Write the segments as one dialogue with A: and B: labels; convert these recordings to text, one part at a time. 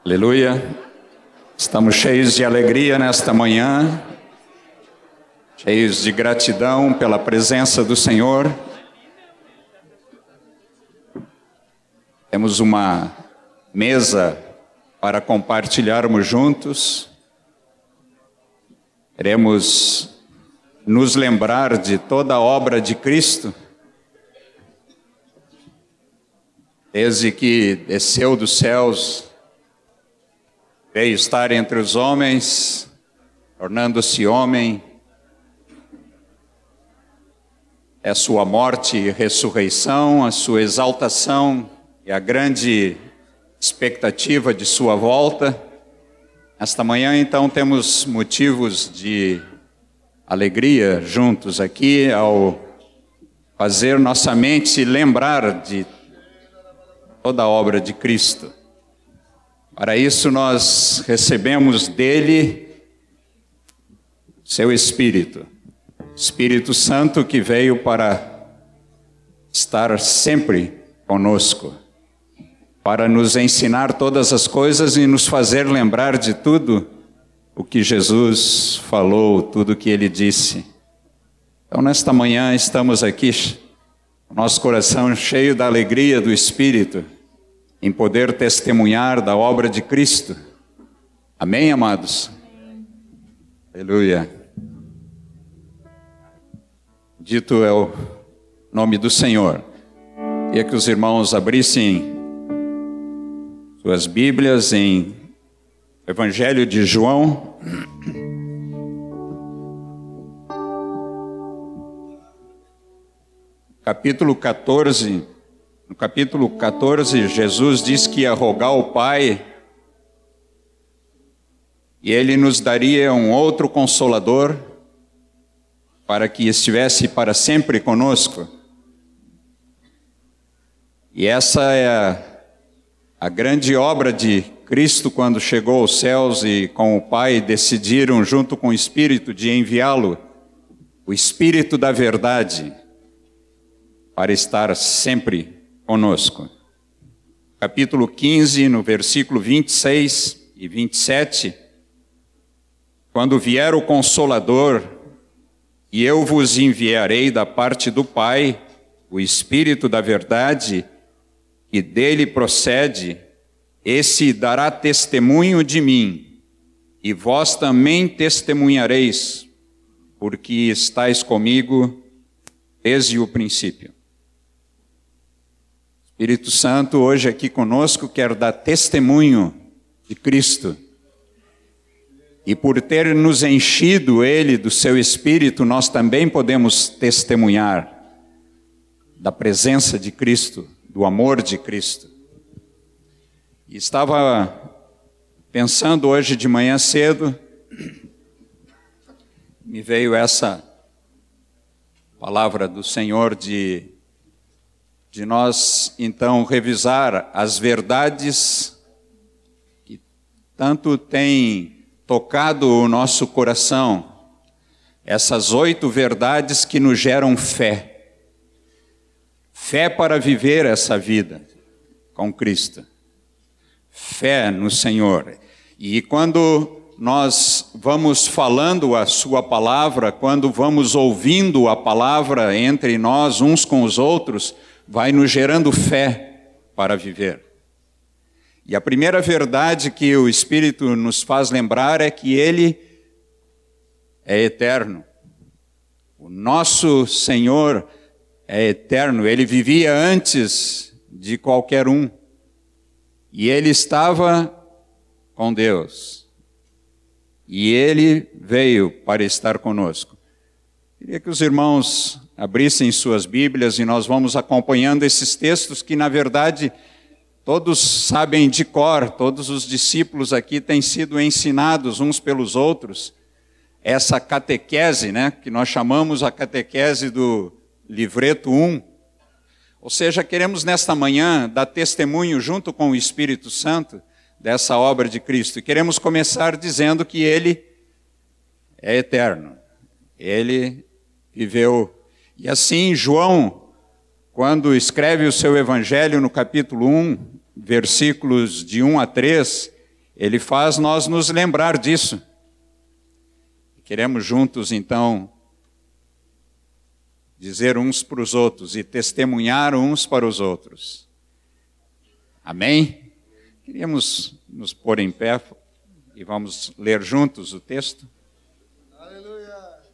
A: Aleluia. Estamos cheios de alegria nesta manhã, cheios de gratidão pela presença do Senhor. Temos uma mesa para compartilharmos juntos. Queremos nos lembrar de toda a obra de Cristo, desde que desceu dos céus, veio estar entre os homens, tornando-se homem. É a sua morte e ressurreição, a sua exaltação e a grande expectativa de sua volta. Esta manhã, então, temos motivos de alegria juntos aqui ao fazer nossa mente se lembrar de toda a obra de Cristo. Para isso nós recebemos dele seu Espírito, Espírito Santo que veio para estar sempre conosco, para nos ensinar todas as coisas e nos fazer lembrar de tudo o que Jesus falou, tudo o que ele disse. Então nesta manhã estamos aqui, nosso coração cheio da alegria do Espírito, em poder testemunhar da obra de Cristo. Amém, amados? Aleluia. Dito é o nome do Senhor. Queria que os irmãos abrissem suas Bíblias em Evangelho de João. Capítulo 14. No capítulo 14, Jesus diz que ia rogar ao Pai e Ele nos daria um outro Consolador para que estivesse para sempre conosco. E essa é a grande obra de Cristo quando chegou aos céus e com o Pai decidiram junto com o Espírito de enviá-lo, o Espírito da verdade, para estar sempre conosco. Capítulo 15, no versículo 26 e 27, quando vier o Consolador, e eu vos enviarei da parte do Pai, o Espírito da verdade, que dele procede, esse dará testemunho de mim, e vós também testemunhareis, porque estáis comigo desde o princípio. Espírito Santo, hoje aqui conosco, quer dar testemunho de Cristo. E por ter nos enchido Ele do seu Espírito, nós também podemos testemunhar da presença de Cristo, do amor de Cristo. E estava pensando hoje de manhã cedo, me veio essa palavra do Senhor de nós, então, revisar as verdades que tanto têm tocado o nosso coração, essas 8 verdades que nos geram fé. Fé para viver essa vida com Cristo. Fé no Senhor. E quando nós vamos falando a sua palavra, quando vamos ouvindo a palavra entre nós, uns com os outros, vai nos gerando fé para viver. E a primeira verdade que o Espírito nos faz lembrar é que Ele é eterno. O nosso Senhor é eterno. Ele vivia antes de qualquer um. E Ele estava com Deus. E Ele veio para estar conosco. Queria que os irmãos abrissem suas Bíblias e nós vamos acompanhando esses textos que, na verdade, todos sabem de cor, todos os discípulos aqui têm sido ensinados uns pelos outros. Essa catequese, que nós chamamos a catequese do livreto 1. Ou seja, queremos nesta manhã dar testemunho junto com o Espírito Santo dessa obra de Cristo. E queremos começar dizendo que Ele é eterno. Ele viveu. E assim, João, quando escreve o seu Evangelho no capítulo 1, versículos de 1 a 3, ele faz nós nos lembrar disso. Queremos juntos, então, dizer uns para os outros e testemunhar uns para os outros. Amém? Queríamos nos pôr em pé e vamos ler juntos o texto.
B: Aleluia!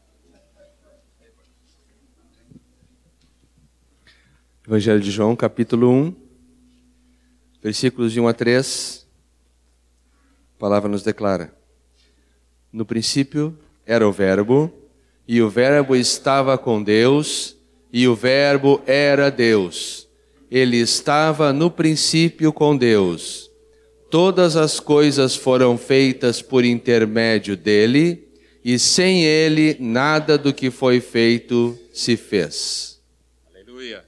B: Evangelho de João, capítulo 1, versículos de 1 a 3. A palavra nos declara: no princípio era o Verbo, e o Verbo estava com Deus, e o Verbo era Deus. Ele estava no princípio com Deus. Todas as coisas foram feitas por intermédio dele, e sem ele nada do que foi feito se fez.
A: Aleluia.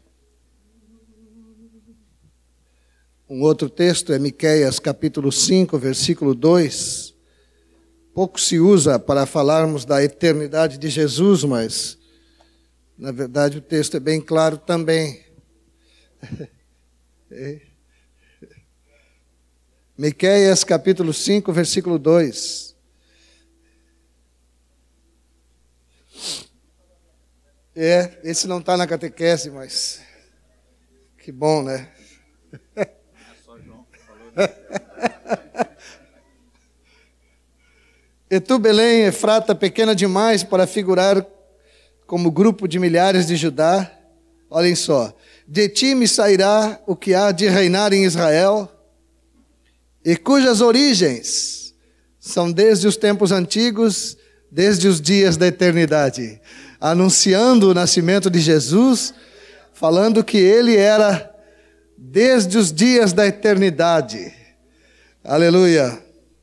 C: Um outro texto é Miqueias, capítulo 5, versículo 2. Pouco se usa para falarmos da eternidade de Jesus, mas, na verdade, o texto é bem claro também. Miqueias, capítulo 5, versículo 2. Esse não está na catequese, mas que bom, né? E tu, Belém, Efrata, pequena demais para figurar como grupo de milhares de Judá. Olhem só. De ti me sairá o que há de reinar em Israel, e cujas origens são desde os tempos antigos, desde os dias da eternidade. Anunciando o nascimento de Jesus, falando que ele era desde os dias da eternidade. Aleluia.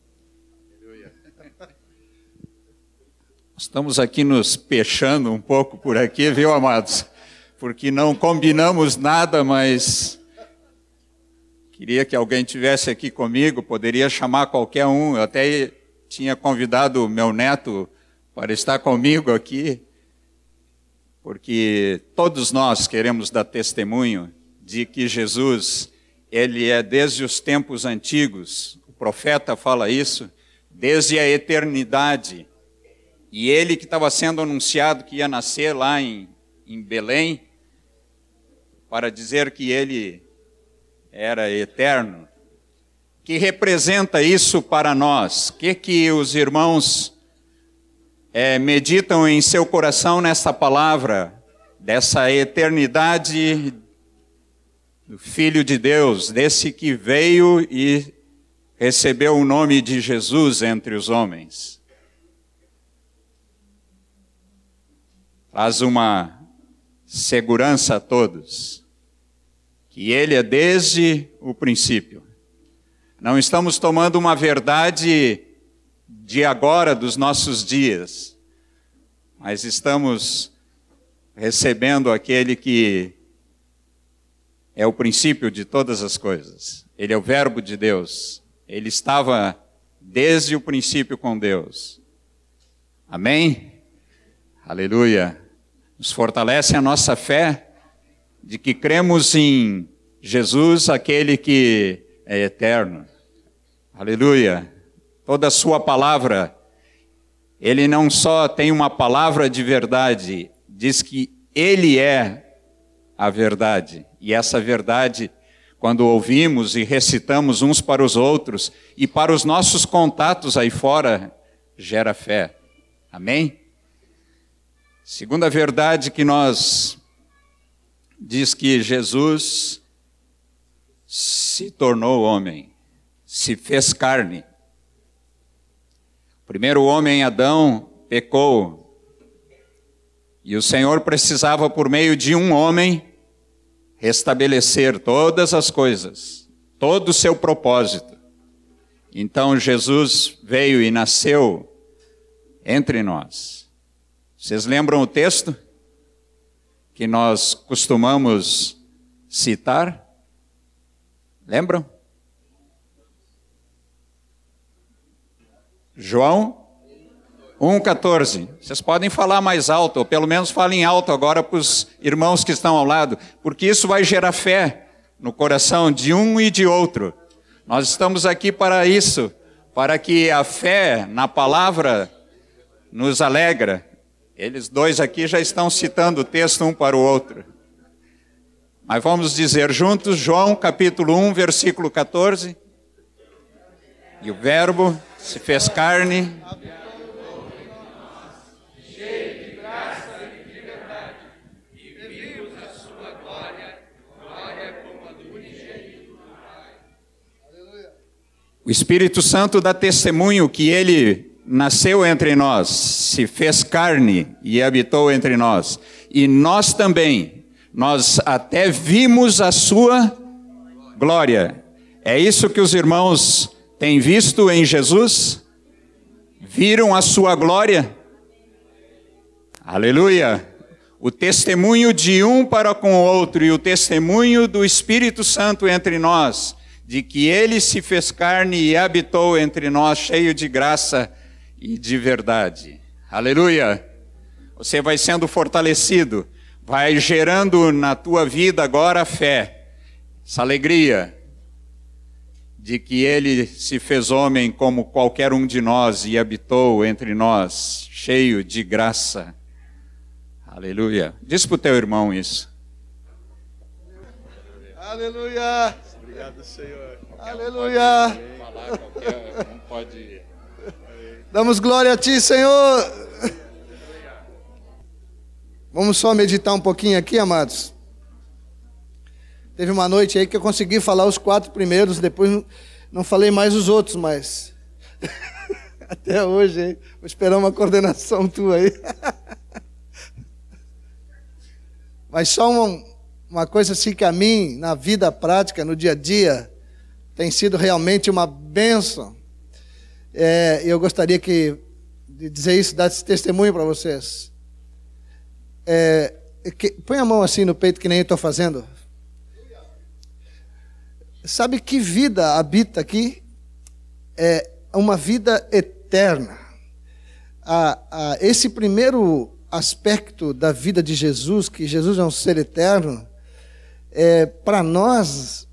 A: Estamos aqui nos peixando um pouco por aqui, viu, amados? Porque não combinamos nada, mas queria que alguém tivesse aqui comigo, poderia chamar qualquer um. Eu até tinha convidado o meu neto para estar comigo aqui, porque todos nós queremos dar testemunho de que Jesus, ele é desde os tempos antigos, o profeta fala isso, desde a eternidade. E ele que estava sendo anunciado que ia nascer lá em Belém, para dizer que ele era eterno, que representa isso para nós? O que os irmãos meditam em seu coração nessa palavra, dessa eternidade do Filho de Deus, desse que veio e recebeu o nome de Jesus entre os homens? Traz uma segurança a todos, que ele é desde o princípio. Não estamos tomando uma verdade de agora, dos nossos dias, mas estamos recebendo aquele que é o princípio de todas as coisas. Ele é o Verbo de Deus. Ele estava desde o princípio com Deus. Amém? Aleluia. Nos fortalece a nossa fé de que cremos em Jesus, aquele que é eterno. Aleluia. Toda a sua palavra, ele não só tem uma palavra de verdade, diz que ele é a verdade. E essa verdade, quando ouvimos e recitamos uns para os outros e para os nossos contatos aí fora, gera fé. Amém? Segunda verdade que diz que Jesus se tornou homem, se fez carne. O primeiro homem, Adão, pecou. E o Senhor precisava, por meio de um homem, restabelecer todas as coisas, todo o seu propósito. Então Jesus veio e nasceu entre nós. Vocês lembram o texto que nós costumamos citar? Lembram? João 1,14. Vocês podem falar mais alto, ou pelo menos falem alto agora para os irmãos que estão ao lado, porque isso vai gerar fé no coração de um e de outro. Nós estamos aqui para isso, para que a fé na palavra nos alegra. Eles dois aqui já estão citando o texto um para o outro. Mas vamos dizer juntos, João capítulo 1, versículo 14. E o Verbo se fez carne. Cheio de graça e de verdade. E vimos a sua glória, glória como a do unigênito do Pai. O Espírito Santo dá testemunho que ele nasceu entre nós, se fez carne e habitou entre nós. E nós também, nós até vimos a sua glória. É isso que os irmãos têm visto em Jesus? Viram a sua glória? Aleluia! O testemunho de um para com o outro e o testemunho do Espírito Santo entre nós, de que ele se fez carne e habitou entre nós, cheio de graça e de verdade. Aleluia! Você vai sendo fortalecido, vai gerando na tua vida agora a fé, essa alegria de que ele se fez homem como qualquer um de nós e habitou entre nós, cheio de graça. Aleluia! Diz para o teu irmão isso.
C: Aleluia!
B: Obrigado, Senhor.
C: Aleluia!
A: Qualquer um pode...
C: Damos glória a Ti, Senhor. Vamos só meditar um pouquinho aqui, amados. Teve uma noite aí que eu consegui falar os 4 primeiros, depois não falei mais os outros, mas até hoje, hein? Vou esperar uma coordenação tua aí. Mas só uma coisa assim que a mim, na vida prática, no dia a dia, tem sido realmente uma bênção. Eu gostaria de dizer isso, dar esse testemunho para vocês. Põe a mão assim no peito que nem eu estou fazendo. Sabe que vida habita aqui? É uma vida eterna. Esse primeiro aspecto da vida de Jesus, que Jesus é um ser eterno, para nós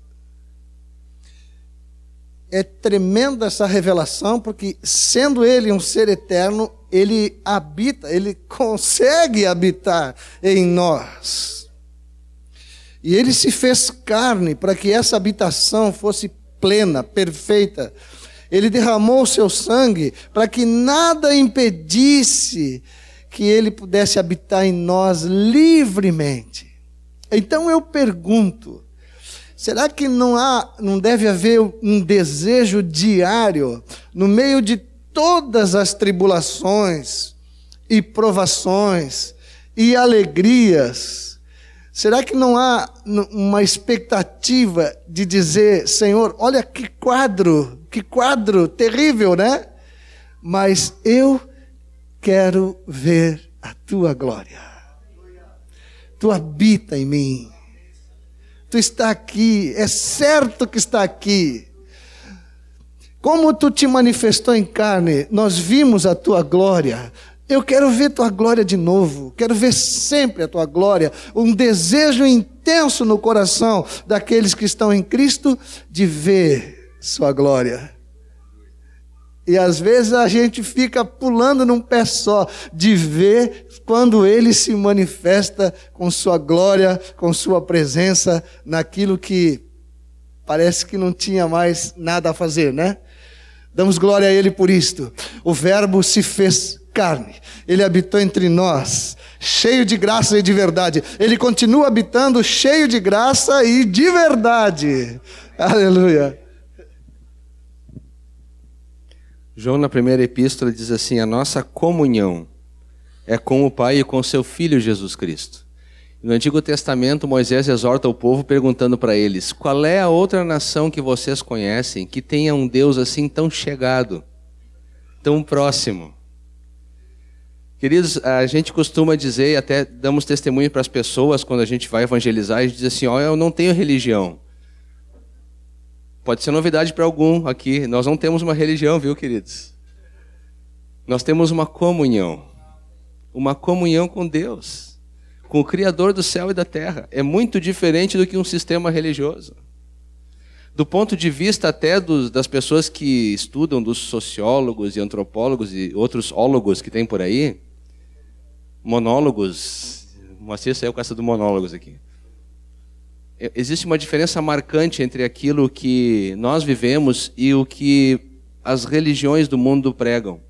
C: é tremenda essa revelação, porque sendo ele um ser eterno, ele habita, ele consegue habitar em nós. E ele se fez carne para que essa habitação fosse plena, perfeita. Ele derramou o seu sangue para que nada impedisse que ele pudesse habitar em nós livremente. Então eu pergunto, será que não deve haver um desejo diário, no meio de todas as tribulações e provações e alegrias? Será que não há uma expectativa de dizer, Senhor, olha que quadro terrível, né? Mas eu quero ver a tua glória. Tu habita em mim. Tu está aqui, é certo que está aqui. Como tu te manifestou em carne, nós vimos a tua glória. Eu quero ver tua glória de novo, quero ver sempre a tua glória, um desejo intenso no coração daqueles que estão em Cristo de ver sua glória. E às vezes a gente fica pulando num pé só, de ver quando ele se manifesta com sua glória, com sua presença, naquilo que parece que não tinha mais nada a fazer, né? Damos glória a ele por isto. O Verbo se fez carne, ele habitou entre nós, cheio de graça e de verdade. Ele continua habitando cheio de graça e de verdade. Aleluia.
B: João, na primeira epístola, diz assim: a nossa comunhão é com o Pai e com seu Filho Jesus Cristo. No Antigo Testamento, Moisés exorta o povo perguntando para eles: qual é a outra nação que vocês conhecem que tenha um Deus assim tão chegado, tão próximo? Queridos, a gente costuma dizer, e até damos testemunho para as pessoas quando a gente vai evangelizar, a gente diz assim: ó, eu não tenho religião. Pode ser novidade para algum aqui, nós não temos uma religião, viu, queridos? Nós temos uma comunhão com Deus, com o Criador do céu e da terra. É muito diferente do que um sistema religioso. Do ponto de vista até das pessoas que estudam, dos sociólogos e antropólogos e outros ólogos que tem por aí, monólogos, o Moacir saiu com essa do monólogos aqui. Existe uma diferença marcante entre aquilo que nós vivemos e o que as religiões do mundo pregam.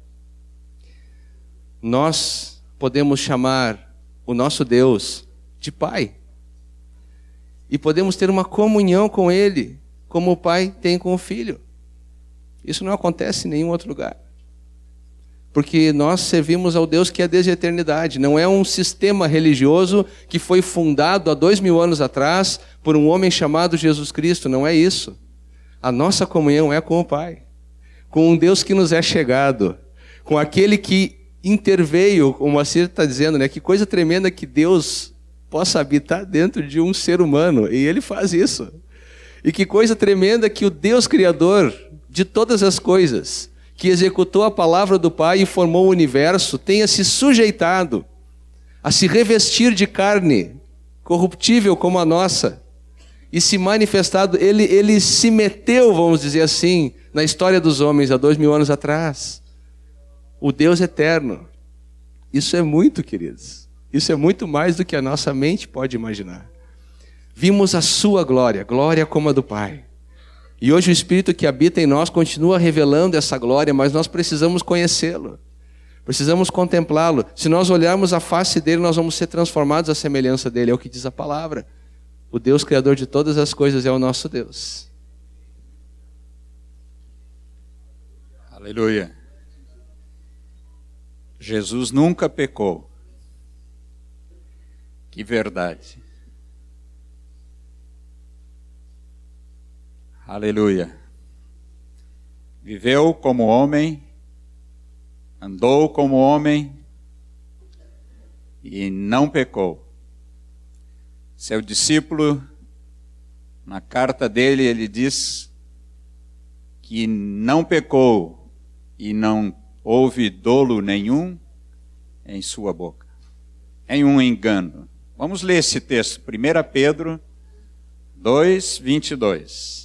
B: Nós podemos chamar o nosso Deus de Pai. E podemos ter uma comunhão com Ele, como o Pai tem com o Filho. Isso não acontece em nenhum outro lugar. Porque nós servimos ao Deus que é desde a eternidade. Não é um sistema religioso que foi fundado há 2000 anos atrás por um homem chamado Jesus Cristo. Não é isso. A nossa comunhão é com o Pai. Com um Deus que nos é chegado. Com aquele que interveio, como o Moacir está dizendo, né? Que coisa tremenda que Deus possa habitar dentro de um ser humano. E Ele faz isso. E que coisa tremenda que o Deus Criador de todas as coisas, que executou a palavra do Pai e formou o universo, tenha se sujeitado a se revestir de carne corruptível como a nossa e se manifestado, ele se meteu, vamos dizer assim, na história dos homens há 2000 anos atrás. O Deus eterno. Isso é muito, queridos. Isso é muito mais do que a nossa mente pode imaginar. Vimos a sua glória, glória como a do Pai. E hoje o Espírito que habita em nós continua revelando essa glória, mas nós precisamos conhecê-lo. Precisamos contemplá-lo. Se nós olharmos a face dele, nós vamos ser transformados à semelhança dele. É o que diz a palavra. O Deus Criador de todas as coisas é o nosso Deus.
A: Aleluia. Jesus nunca pecou. Que verdade. Aleluia. Viveu como homem, andou como homem e não pecou. Seu discípulo, na carta dele, ele diz que não pecou e não houve dolo nenhum em sua boca. Nenhum engano. Vamos ler esse texto, 1 Pedro 2, 22.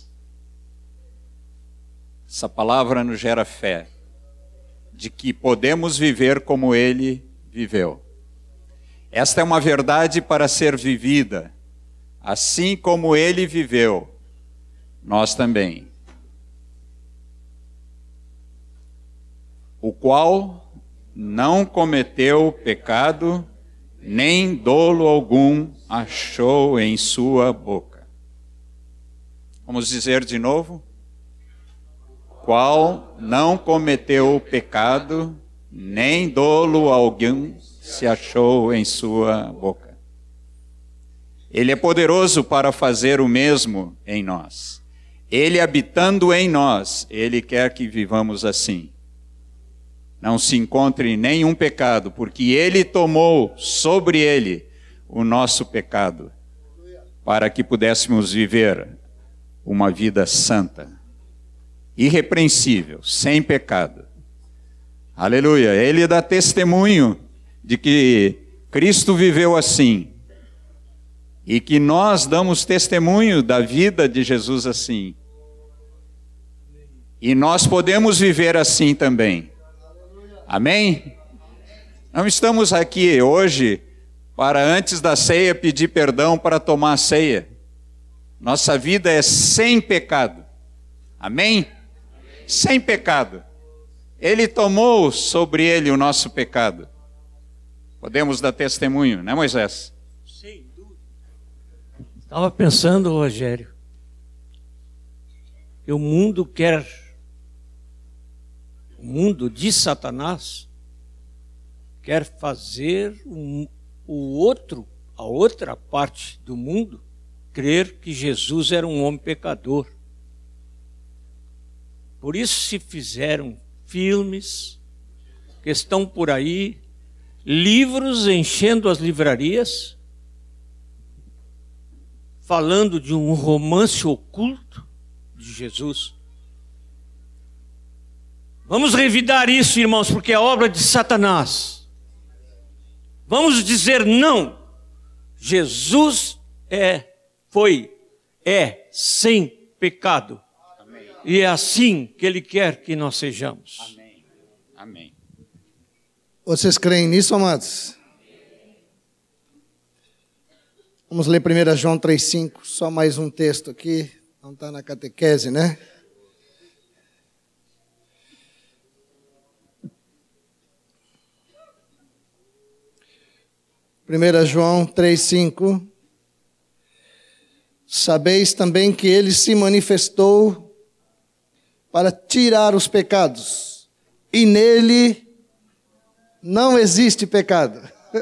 A: Essa palavra nos gera fé, de que podemos viver como ele viveu. Esta é uma verdade para ser vivida, assim como ele viveu, nós também. O qual não cometeu pecado, nem dolo algum achou em sua boca. Vamos dizer de novo? Qual não cometeu pecado, nem dolo algum se achou em sua boca. Ele é poderoso para fazer o mesmo em nós. Ele habitando em nós, Ele quer que vivamos assim. Não se encontre nenhum pecado, porque Ele tomou sobre Ele o nosso pecado, para que pudéssemos viver uma vida santa, irrepreensível, sem pecado. Aleluia. Ele dá testemunho de que Cristo viveu assim e que nós damos testemunho da vida de Jesus assim. E nós podemos viver assim também. Amém? Não estamos aqui hoje para antes da ceia pedir perdão para tomar a ceia. Nossa vida é sem pecado. Amém? Sem pecado. Ele tomou sobre ele o nosso pecado. Podemos dar testemunho, né, Moisés?
D: Sem dúvida. Estava pensando, Rogério, que o mundo de Satanás quer fazer a outra parte do mundo crer que Jesus era um homem pecador. Por isso se fizeram filmes que estão por aí, livros enchendo as livrarias, falando de um romance oculto de Jesus. Vamos revidar isso, irmãos, porque é obra de Satanás. Vamos dizer não. Jesus é sem pecado.
A: Amém.
D: E é assim que Ele quer que nós sejamos.
A: Amém. Amém.
C: Vocês creem nisso, amados? Vamos ler 1 João 3,5, só mais um texto aqui, não está na catequese, né? Primeira João 3,5. Sabeis também que ele se manifestou para tirar os pecados, e nele não existe pecado.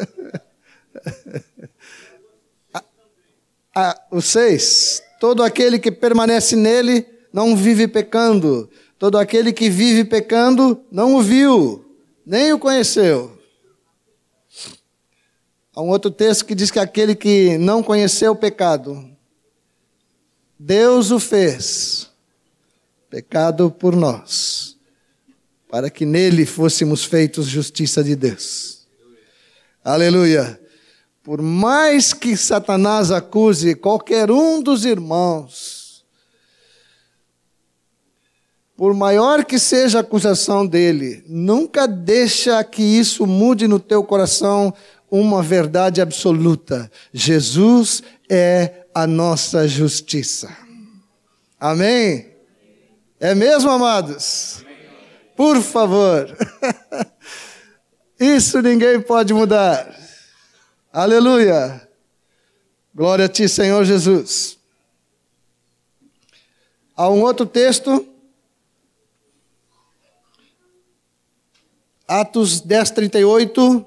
C: O 6, todo aquele que permanece nele não vive pecando. Todo aquele que vive pecando não o viu, nem o conheceu. Há um outro texto que diz que aquele que não conheceu o pecado, Deus o fez pecado por nós, para que nele fôssemos feitos justiça de Deus. Aleluia! Por mais que Satanás acuse qualquer um dos irmãos, por maior que seja a acusação dele, nunca deixa que isso mude no teu coração uma verdade absoluta. Jesus é a nossa justiça. Amém? É mesmo, amados? Por favor. Isso ninguém pode mudar. Aleluia! Glória a ti, Senhor Jesus. Há um outro texto, Atos 10:38.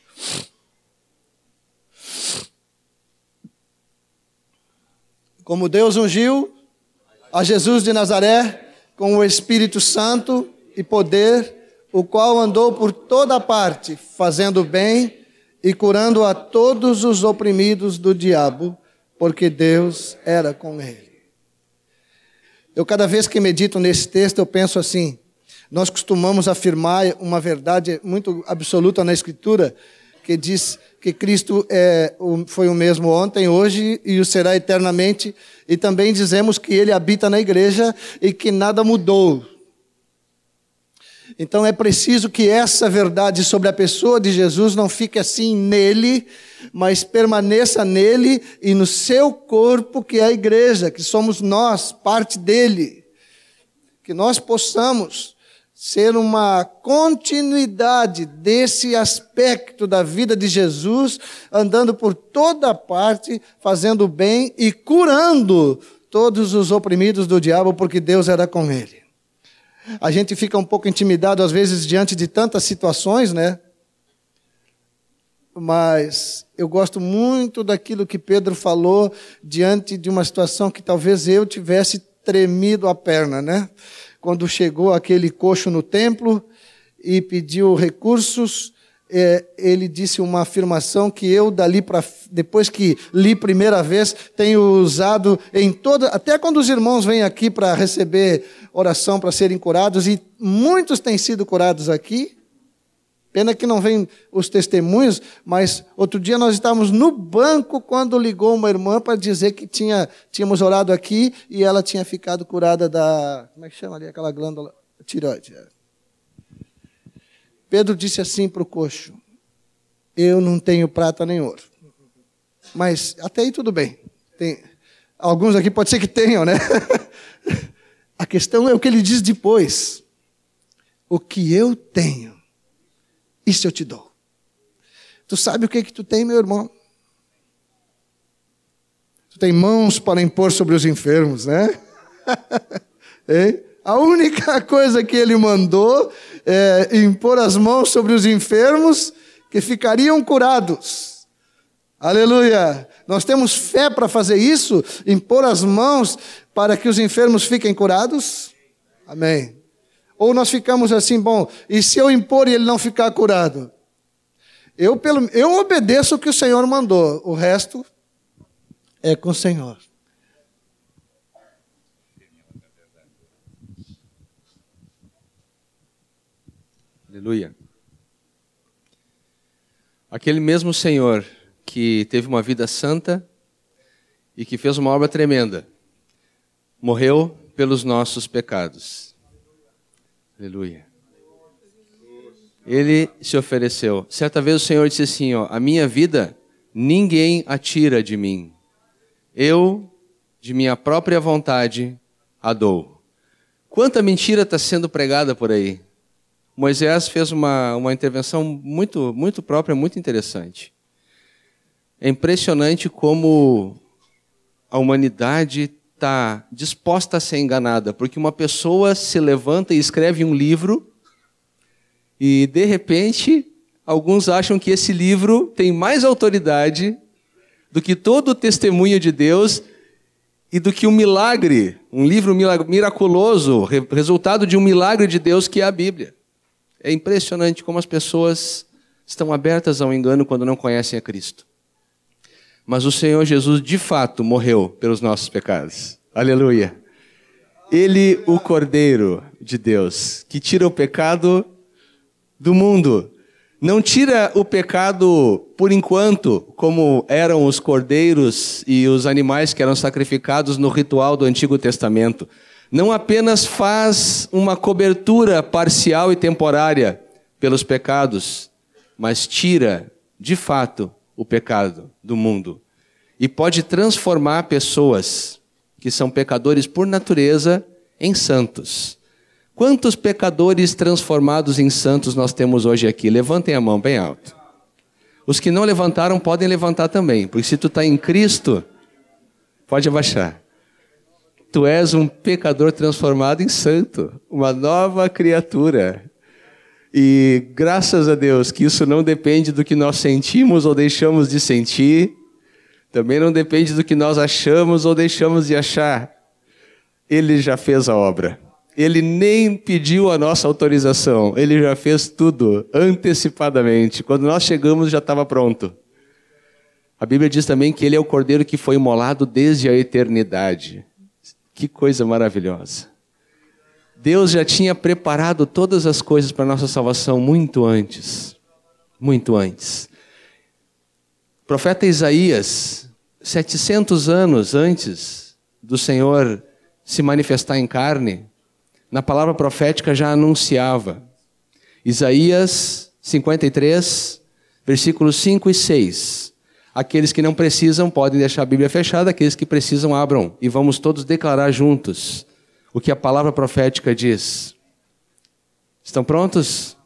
C: Como Deus ungiu a Jesus de Nazaré com o Espírito Santo e poder, o qual andou por toda parte, fazendo bem e curando a todos os oprimidos do diabo, porque Deus era com ele. Eu, cada vez que medito nesse texto, eu penso assim: nós costumamos afirmar uma verdade muito absoluta na Escritura, que diz que Cristo foi o mesmo ontem, hoje e o será eternamente, e também dizemos que Ele habita na igreja e que nada mudou. Então é preciso que essa verdade sobre a pessoa de Jesus não fique assim nele, mas permaneça nele e no seu corpo, que é a igreja, que somos nós, parte dele. Que nós possamos ser uma continuidade desse aspecto da vida de Jesus, andando por toda parte, fazendo bem e curando todos os oprimidos do diabo, porque Deus era com ele. A gente fica um pouco intimidado, às vezes, diante de tantas situações, né? Mas eu gosto muito daquilo que Pedro falou diante de uma situação que talvez eu tivesse tremido a perna, né? Quando chegou aquele coxo no templo e pediu recursos, ele disse uma afirmação que eu dali para depois que li primeira vez tenho usado em toda, até quando os irmãos vêm aqui para receber oração para serem curados, e muitos têm sido curados aqui. Pena que não vêm os testemunhos, mas outro dia nós estávamos no banco quando ligou uma irmã para dizer que tínhamos orado aqui e ela tinha ficado curada da, como é que chama ali, aquela glândula, tireoide. Pedro disse assim para o coxo: eu não tenho prata nem ouro. Mas até aí tudo bem. Tem, alguns aqui pode ser que tenham, né? A questão é o que ele diz depois. O que eu tenho, isso eu te dou. Tu sabe o que tu tem, meu irmão? Tu tem mãos para impor sobre os enfermos, né? A única coisa que ele mandou é impor as mãos sobre os enfermos que ficariam curados. Aleluia! Nós temos fé para fazer isso, impor as mãos para que os enfermos fiquem curados? Amém. Ou nós ficamos assim, bom, e se eu impor e ele não ficar curado? Eu obedeço o que o Senhor mandou, o resto é com o Senhor.
B: Aleluia. Aquele mesmo Senhor que teve uma vida santa e que fez uma obra tremenda, morreu pelos nossos pecados. Aleluia. Ele se ofereceu. Certa vez o Senhor disse assim, a minha vida ninguém a tira de mim. Eu, de minha própria vontade, a dou. Quanta mentira está sendo pregada por aí. Moisés fez uma intervenção muito própria, muito interessante. É impressionante como a humanidade está disposta a ser enganada, porque uma pessoa se levanta e escreve um livro e, de repente, alguns acham que esse livro tem mais autoridade do que todo o testemunho de Deus e do que um milagre, um livro miraculoso, resultado de um milagre de Deus que é a Bíblia. É impressionante como as pessoas estão abertas ao engano quando não conhecem a Cristo. Mas o Senhor Jesus, de fato, morreu pelos nossos pecados. Aleluia. Ele, o Cordeiro de Deus, que tira o pecado do mundo. Não tira o pecado por enquanto, como eram os cordeiros e os animais que eram sacrificados no ritual do Antigo Testamento. Não apenas faz uma cobertura parcial e temporária pelos pecados, mas tira, de fato, o pecado do mundo. E pode transformar pessoas que são pecadores por natureza em santos. Quantos pecadores transformados em santos nós temos hoje aqui? Levantem a mão bem alto. Os que não levantaram podem levantar também, porque se tu está em Cristo, pode abaixar. Tu és um pecador transformado em santo, uma nova criatura. E graças a Deus que isso não depende do que nós sentimos ou deixamos de sentir, também não depende do que nós achamos ou deixamos de achar. Ele já fez a obra. Ele nem pediu a nossa autorização, ele já fez tudo antecipadamente. Quando nós chegamos já estava pronto. A Bíblia diz também que ele é o Cordeiro que foi imolado desde a eternidade. Que coisa maravilhosa. Deus já tinha preparado todas as coisas para a nossa salvação muito antes. Muito antes. O profeta Isaías, 700 anos antes do Senhor se manifestar em carne, na palavra profética já anunciava. Isaías 53, versículos 5 e 6. Aqueles que não precisam podem deixar a Bíblia fechada, aqueles que precisam abram. E vamos todos declarar juntos o que a palavra profética diz. Estão prontos?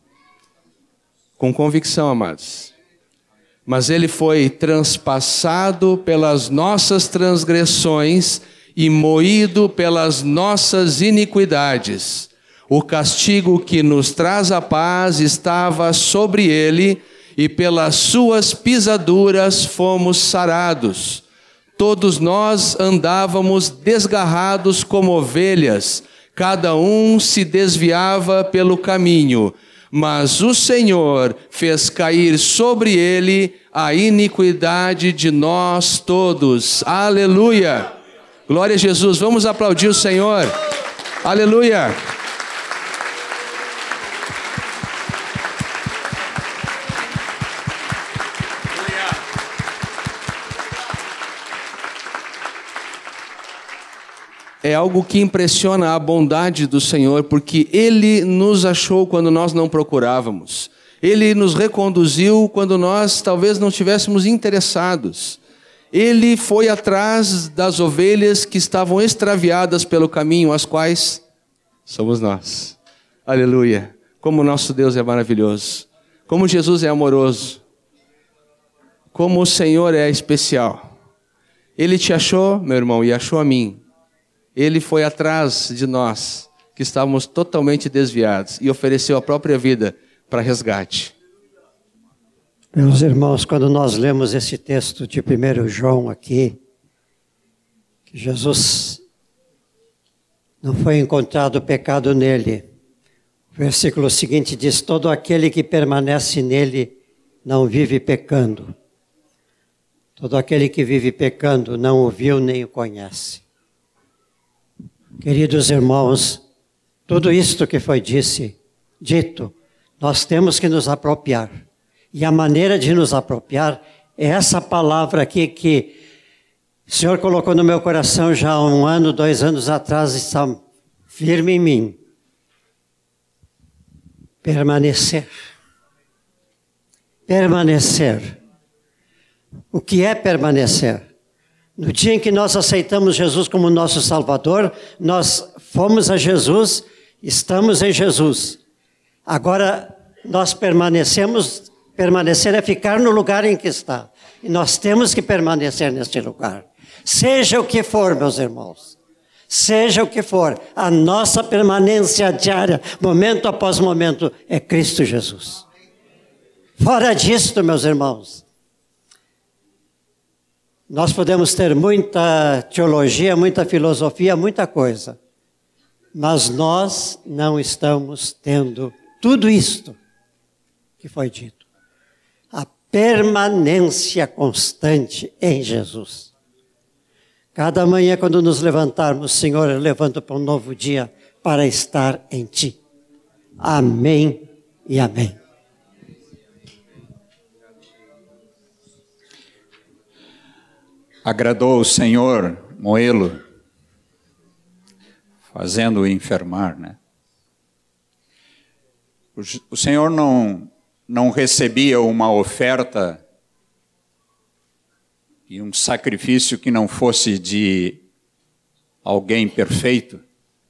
B: Com convicção, amados. Mas ele foi transpassado pelas nossas transgressões e moído pelas nossas iniquidades. O castigo que nos traz a paz estava sobre ele, e pelas suas pisaduras fomos sarados. Todos nós andávamos desgarrados como ovelhas, cada um se desviava pelo caminho, mas o Senhor fez cair sobre ele a iniquidade de nós todos. Aleluia! Glória a Jesus, vamos aplaudir o Senhor. Aleluia! É algo que impressiona a bondade do Senhor, porque Ele nos achou quando nós não procurávamos. Ele nos reconduziu quando nós talvez não estivéssemos interessados. Ele foi atrás das ovelhas que estavam extraviadas pelo caminho, as quais somos nós. Aleluia! Como o nosso Deus é maravilhoso. Como Jesus é amoroso. Como o Senhor é especial. Ele te achou, meu irmão, e achou a mim. Ele foi atrás de nós, que estávamos totalmente desviados, e ofereceu a própria vida para resgate.
E: Meus irmãos, quando nós lemos esse texto de 1 João aqui, que Jesus não foi encontrado pecado nele. O versículo seguinte diz: todo aquele que permanece nele não vive pecando. Todo aquele que vive pecando não o viu nem o conhece. Queridos irmãos, tudo isto que foi dito, nós temos que nos apropriar. E a maneira de nos apropriar é essa palavra aqui que O Senhor colocou no meu coração já há 1 ano, 2 anos atrás, está firme em mim. Permanecer. Permanecer. O que é permanecer? No dia em que nós aceitamos Jesus como nosso Salvador, nós fomos a Jesus, estamos em Jesus. Agora, nós permanecemos, permanecer é ficar no lugar em que está. E nós temos que permanecer neste lugar. Seja o que for, meus irmãos. Seja o que for, a nossa permanência diária, momento após momento, é Cristo Jesus. Fora disto, meus irmãos, nós podemos ter muita teologia, muita filosofia, muita coisa, mas nós não estamos tendo tudo isto que foi dito. A permanência constante em Jesus. Cada manhã, quando nos levantarmos, Senhor, eu levanto para um novo dia para estar em Ti. Amém e amém.
A: Agradou o Senhor moê-lo, fazendo-o enfermar, né? O Senhor não recebia uma oferta e um sacrifício que não fosse de alguém perfeito.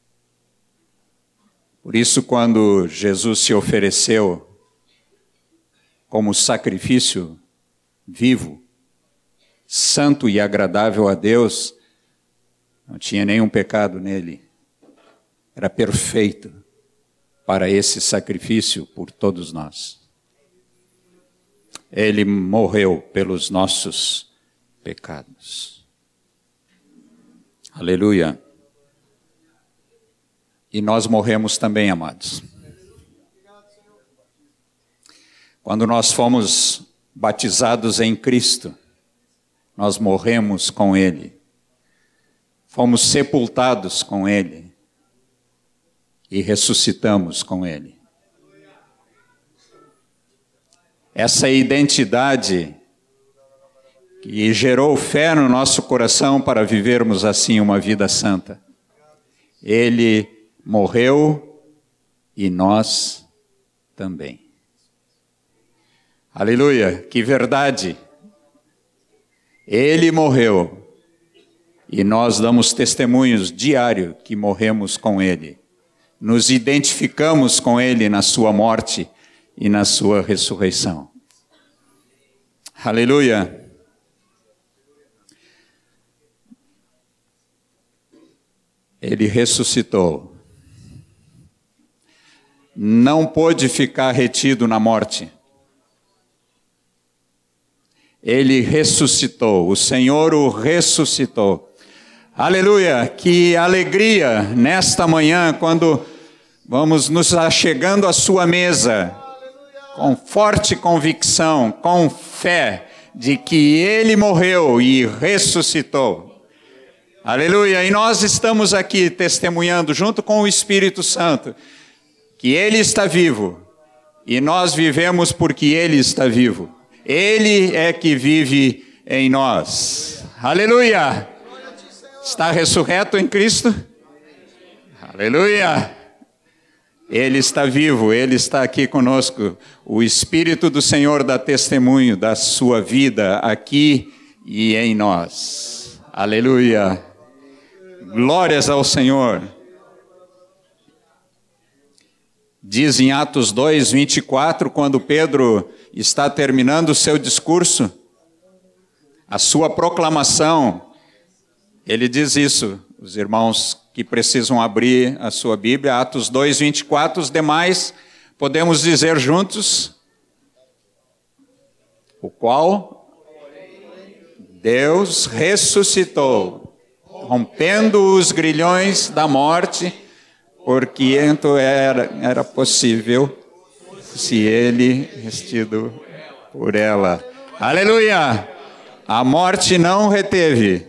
A: Por isso, quando Jesus se ofereceu como sacrifício vivo, santo e agradável a Deus, não tinha nenhum pecado nele. Era perfeito para esse sacrifício por todos nós. Ele morreu pelos nossos pecados. Aleluia. E nós morremos também, amados. Quando nós fomos batizados em Cristo, nós morremos com Ele, fomos sepultados com Ele e ressuscitamos com Ele. Essa identidade que gerou fé no nosso coração para vivermos assim uma vida santa. Ele morreu e nós também. Aleluia, que verdade! Ele morreu e nós damos testemunhos diário que morremos com Ele. Nos identificamos com Ele na sua morte e na sua ressurreição. Aleluia! Ele ressuscitou. Não pôde ficar retido na morte. Ele ressuscitou, o Senhor o ressuscitou. Aleluia, que alegria nesta manhã quando vamos nos achegando à sua mesa, com forte convicção, com fé de que Ele morreu e ressuscitou. Aleluia, e nós estamos aqui testemunhando junto com o Espírito Santo que Ele está vivo e nós vivemos porque Ele está vivo. Ele é que vive em nós. Aleluia! Está ressurreto em Cristo? Aleluia! Ele está vivo, Ele está aqui conosco. O Espírito do Senhor dá testemunho da sua vida aqui e em nós. Aleluia! Glórias ao Senhor. Diz em Atos 2, 24, quando Pedro está terminando o seu discurso, a sua proclamação, ele diz isso, os irmãos que precisam abrir a sua Bíblia, Atos 2, 24, os demais podemos dizer juntos, o qual Deus ressuscitou, rompendo os grilhões da morte, porque então era possível se ele vestido por ela. Aleluia! A morte não reteve.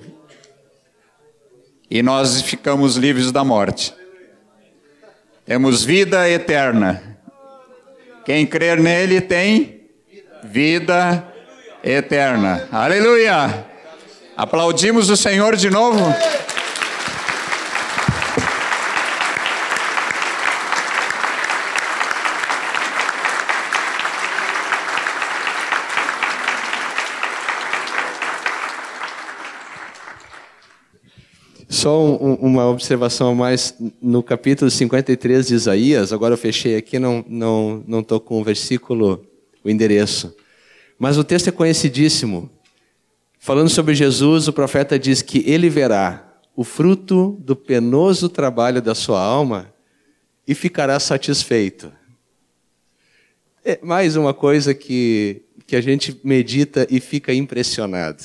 A: E nós ficamos livres da morte. Temos vida eterna. Quem crer nele tem vida eterna. Aleluia! Aplaudimos o Senhor de novo.
B: Só uma observação a mais, no capítulo 53 de Isaías, agora eu fechei aqui, não estou com o versículo, o endereço. Mas o texto é conhecidíssimo. Falando sobre Jesus, o profeta diz que ele verá o fruto do penoso trabalho da sua alma e ficará satisfeito. É mais uma coisa que a gente medita e fica impressionado.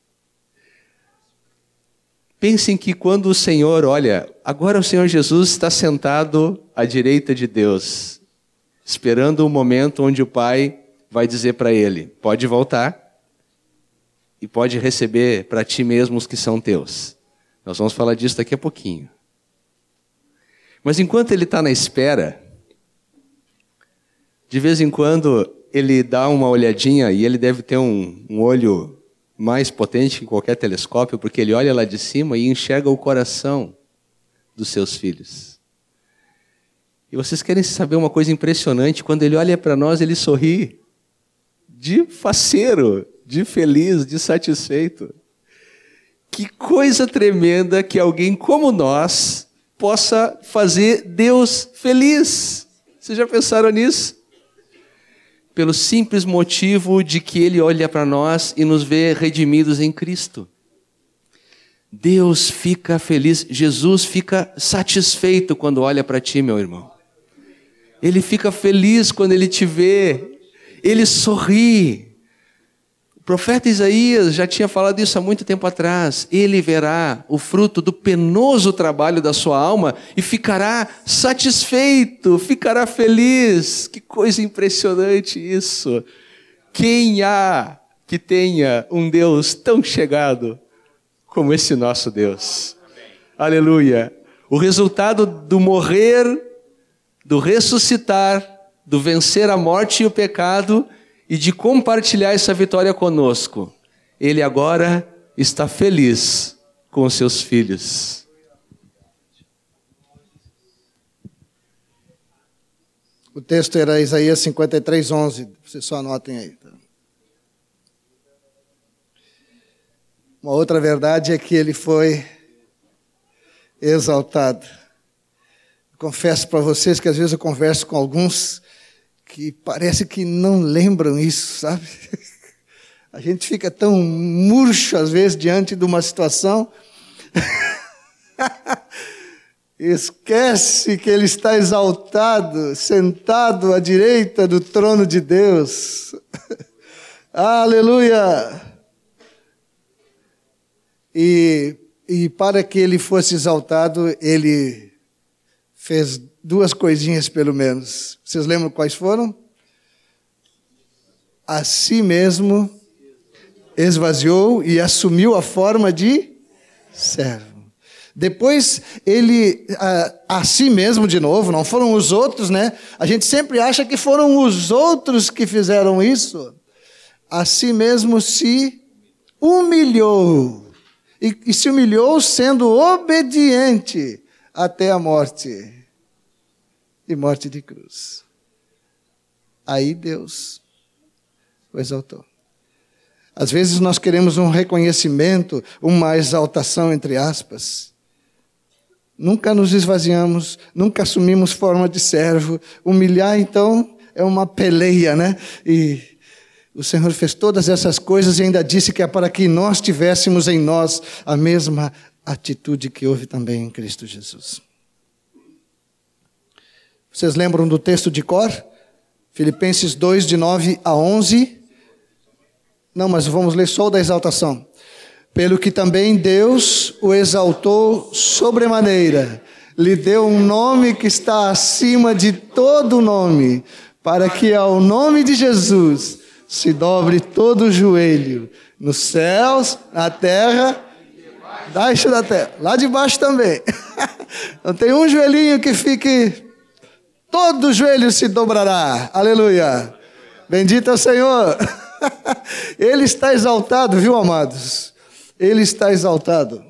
B: Pensem que quando o Senhor, olha, agora o Senhor Jesus está sentado à direita de Deus, esperando o momento onde o Pai vai dizer para ele, pode voltar e pode receber para ti mesmo os que são teus. Nós vamos falar disso daqui a pouquinho. Mas enquanto ele está na espera, de vez em quando ele dá uma olhadinha, e ele deve ter um olho mais potente que qualquer telescópio, porque ele olha lá de cima e enxerga o coração dos seus filhos. E vocês querem saber uma coisa impressionante? Quando ele olha para nós, ele sorri de faceiro, de feliz, de satisfeito. Que coisa tremenda que alguém como nós possa fazer Deus feliz. Vocês já pensaram nisso? Pelo simples motivo de que Ele olha para nós e nos vê redimidos em Cristo. Deus fica feliz, Jesus fica satisfeito quando olha para ti, meu irmão. Ele fica feliz quando Ele te vê, Ele sorri. O profeta Isaías já tinha falado isso há muito tempo atrás. Ele verá o fruto do penoso trabalho da sua alma e ficará satisfeito, ficará feliz. Que coisa impressionante isso. Quem há que tenha um Deus tão chegado como esse nosso Deus? Amém. Aleluia. O resultado do morrer, do ressuscitar, do vencer a morte e o pecado e de compartilhar essa vitória conosco. Ele agora está feliz com os seus filhos.
C: O texto era Isaías 53:11. Vocês só anotem aí. Tá? Uma outra verdade é que ele foi exaltado. Confesso para vocês que às vezes eu converso com alguns que parece que não lembram isso, sabe? A gente fica tão murcho, às vezes, diante de uma situação. Esquece que Ele está exaltado, sentado à direita do trono de Deus. Aleluia! E para que Ele fosse exaltado, Ele fez duas coisinhas pelo menos. Vocês lembram quais foram? A si mesmo esvaziou e assumiu a forma de servo. Depois ele, a si mesmo de novo, não foram os outros, né? A gente sempre acha que foram os outros que fizeram isso. A si mesmo se humilhou. E se humilhou sendo obediente até a morte. E morte de cruz. Aí Deus o exaltou. Às vezes nós queremos um reconhecimento, uma exaltação, entre aspas. Nunca nos esvaziamos, nunca assumimos forma de servo. Humilhar, então, é uma peleia, né? E o Senhor fez todas essas coisas e ainda disse que é para que nós tivéssemos em nós a mesma atitude que houve também em Cristo Jesus. Vocês lembram do texto de cor? Filipenses 2, de 9 a 11. Não, mas vamos ler só o da exaltação. Pelo que também Deus o exaltou sobremaneira, lhe deu um nome que está acima de todo nome, para que ao nome de Jesus se dobre todo o joelho, nos céus, na terra, debaixo da terra, lá de baixo também. Não tem um joelhinho que fique... Todo joelho se dobrará. Aleluia. Bendito é o Senhor. Ele está exaltado, viu, amados? Ele está exaltado.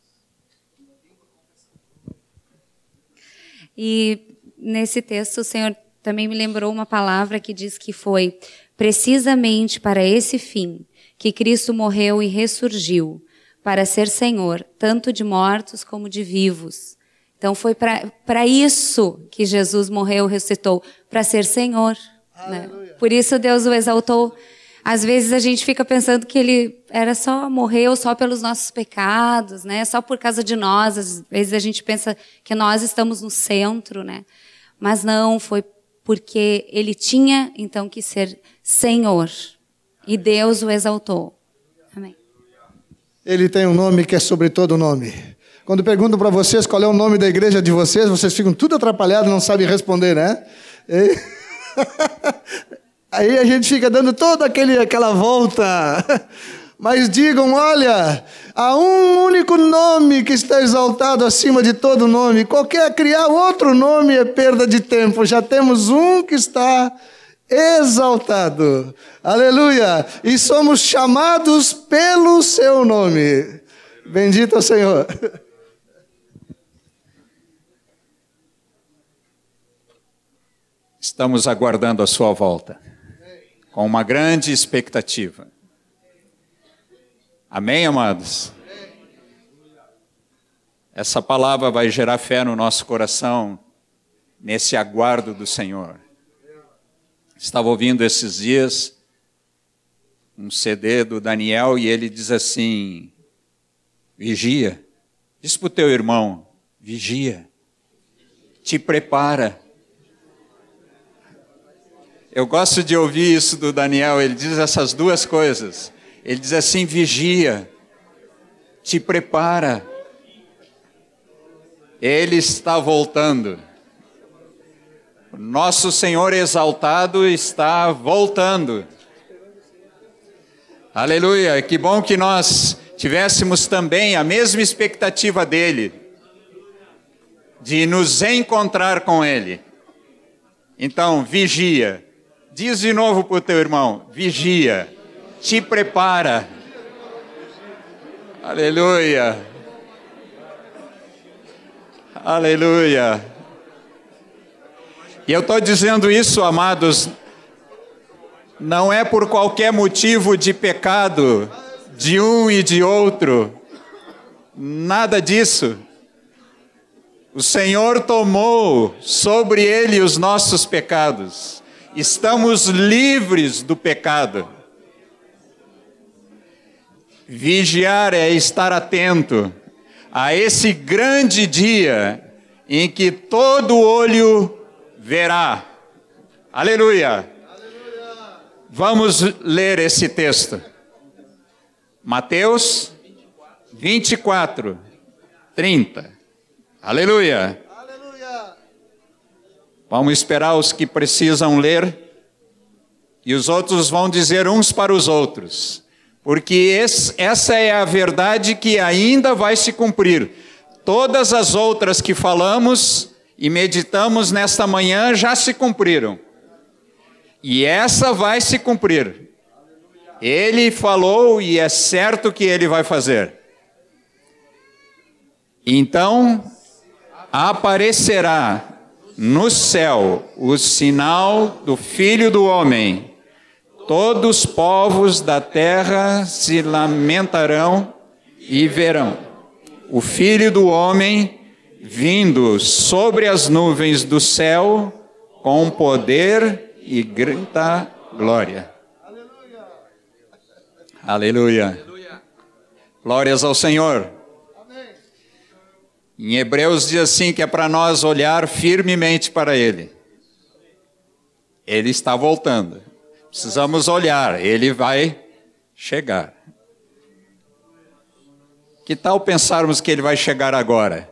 F: E nesse texto o Senhor também me lembrou uma palavra que diz que foi precisamente para esse fim que Cristo morreu e ressurgiu, para ser Senhor, tanto de mortos como de vivos. Então foi para isso que Jesus morreu e ressuscitou, para ser Senhor. Né? Por isso Deus o exaltou. Às vezes a gente fica pensando que ele morreu só pelos nossos pecados, né? Só por causa de nós. Às vezes a gente pensa que nós estamos no centro, né? Mas não, foi porque ele tinha então que ser Senhor. E Deus o exaltou. Amém.
C: Ele tem um nome que é sobre todo nome. Quando perguntam para vocês qual é o nome da igreja de vocês ficam tudo atrapalhados, não sabem responder, né? Aí a gente fica dando toda aquela volta. Mas digam, olha, há um único nome que está exaltado acima de todo nome. Criar outro nome é perda de tempo. Já temos um que está exaltado. Aleluia! E somos chamados pelo seu nome. Bendito é o Senhor.
A: Estamos aguardando a sua volta, com uma grande expectativa. Amém, amados? Essa palavra vai gerar fé no nosso coração, nesse aguardo do Senhor. Estava ouvindo esses dias um CD do Daniel e ele diz assim: vigia, diz para o teu irmão, vigia, te prepara. Eu gosto de ouvir isso do Daniel, ele diz essas duas coisas. Ele diz assim, vigia, te prepara. Ele está voltando. O nosso Senhor exaltado está voltando. Aleluia, que bom que nós tivéssemos também a mesma expectativa dele, de nos encontrar com ele. Então, vigia. Diz de novo para o teu irmão, vigia, te prepara. Aleluia. Aleluia. E eu estou dizendo isso, amados, não é por qualquer motivo de pecado de um e de outro. Nada disso. O Senhor tomou sobre ele os nossos pecados. Estamos livres do pecado. Vigiar é estar atento a esse grande dia em que todo olho verá. Aleluia! Vamos ler esse texto. Mateus 24, 30. Aleluia! Vamos esperar os que precisam ler e os outros vão dizer uns para os outros, porque essa é a verdade que ainda vai se cumprir. Todas as outras que falamos e meditamos nesta manhã já se cumpriram. E essa vai se cumprir. Ele falou e é certo que ele vai fazer. Então, aparecerá no céu o sinal do Filho do Homem. Todos os povos da terra se lamentarão e verão o Filho do Homem vindo sobre as nuvens do céu com poder e grita glória. Aleluia. Glórias ao Senhor. Em Hebreus diz assim que é para nós olhar firmemente para Ele. Ele está voltando. Precisamos olhar, Ele vai chegar. Que tal pensarmos que Ele vai chegar agora?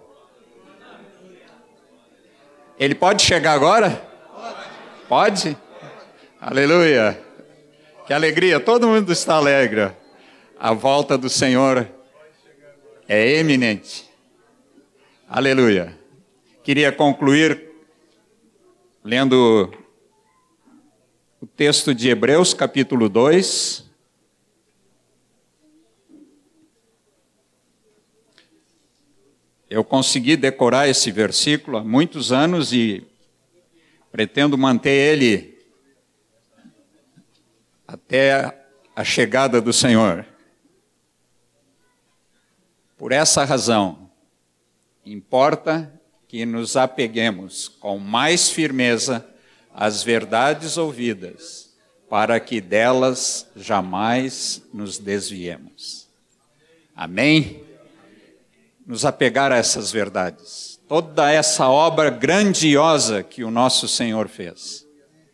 A: Ele pode chegar agora? Pode? Aleluia. Que alegria, todo mundo está alegre. A volta do Senhor é eminente. Aleluia. Queria concluir lendo o texto de Hebreus, capítulo 2. Eu consegui decorar esse versículo há muitos anos e pretendo manter ele até a chegada do Senhor. Por essa razão, importa que nos apeguemos com mais firmeza às verdades ouvidas, para que delas jamais nos desviemos. Amém? Nos apegar a essas verdades. Toda essa obra grandiosa que o nosso Senhor fez,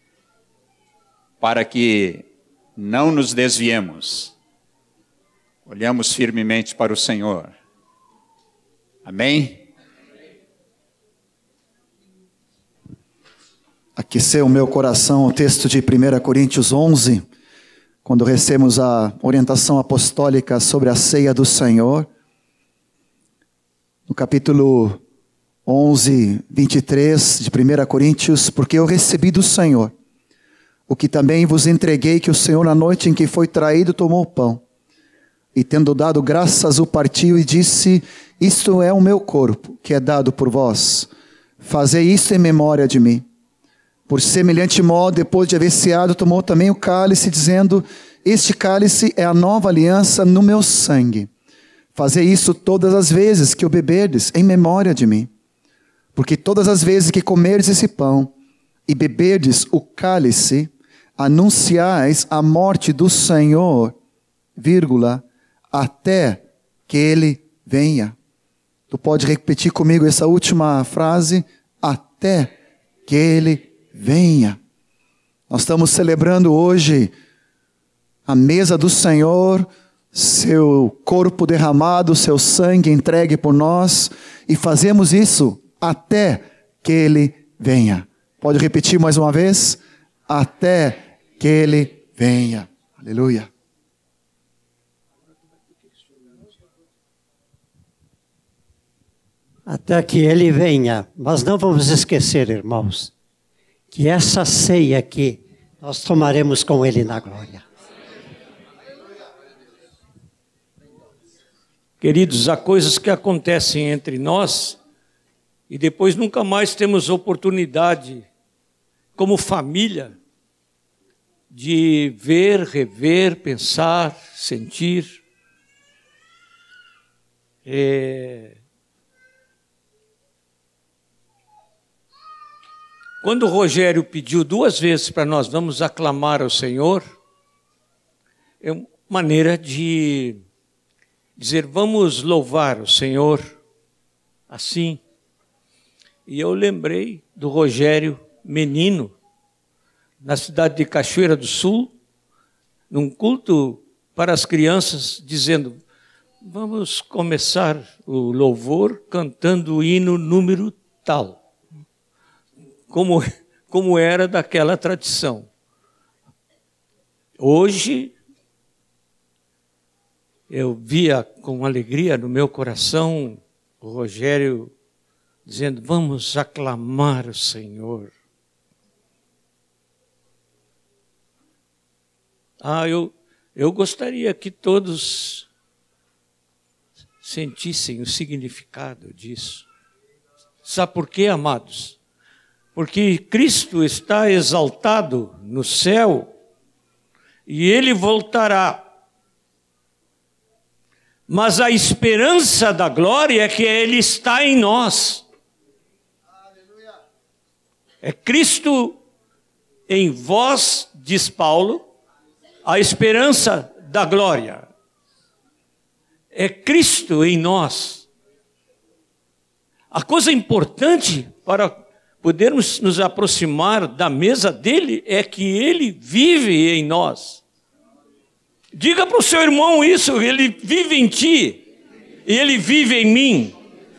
A: para que não nos desviemos. Olhamos firmemente para o Senhor. Amém?
G: Aqueceu o meu coração o texto de 1 Coríntios 11, quando recebemos a orientação apostólica sobre a ceia do Senhor. No capítulo 11, 23 de 1 Coríntios, porque eu recebi do Senhor o que também vos entreguei, que o Senhor, na noite em que foi traído, tomou o pão, e tendo dado graças, o partiu e disse: isto é o meu corpo, que é dado por vós. Fazei isto em memória de mim. Por semelhante modo, depois de haver ceado, tomou também o cálice, dizendo: este cálice é a nova aliança no meu sangue. Fazei isso todas as vezes que o beberdes, em memória de mim. Porque todas as vezes que comerdes esse pão e beberdes o cálice, anunciais a morte do Senhor, vírgula, até que Ele venha. Tu pode repetir comigo essa última frase? Até que Ele venha. Nós estamos celebrando hoje a mesa do Senhor, seu corpo derramado, seu sangue entregue por nós, e fazemos isso até que Ele venha. Pode repetir mais uma vez? Até que Ele venha. Aleluia.
E: Até que Ele venha. Mas não vamos esquecer, irmãos, que essa ceia aqui nós tomaremos com Ele na glória.
D: Queridos, há coisas que acontecem entre nós e depois nunca mais temos oportunidade, como família, de ver, rever, pensar, sentir. Quando o Rogério pediu 2 vezes para nós vamos aclamar ao Senhor, é uma maneira de dizer, vamos louvar o Senhor assim. E eu lembrei do Rogério menino, na cidade de Cachoeira do Sul, num culto para as crianças, dizendo, vamos começar o louvor cantando o hino número tal, como era daquela tradição. Hoje, eu via com alegria no meu coração o Rogério dizendo, vamos aclamar o Senhor. Eu gostaria que todos sentissem o significado disso. Sabe por quê, amados? Porque Cristo está exaltado no céu e Ele voltará. Mas a esperança da glória é que Ele está em nós. É Cristo em vós, diz Paulo, a esperança da glória. É Cristo em nós. A coisa importante para podermos nos aproximar da mesa dele é que Ele vive em nós. Diga para o seu irmão isso, Ele vive em ti e Ele vive em mim.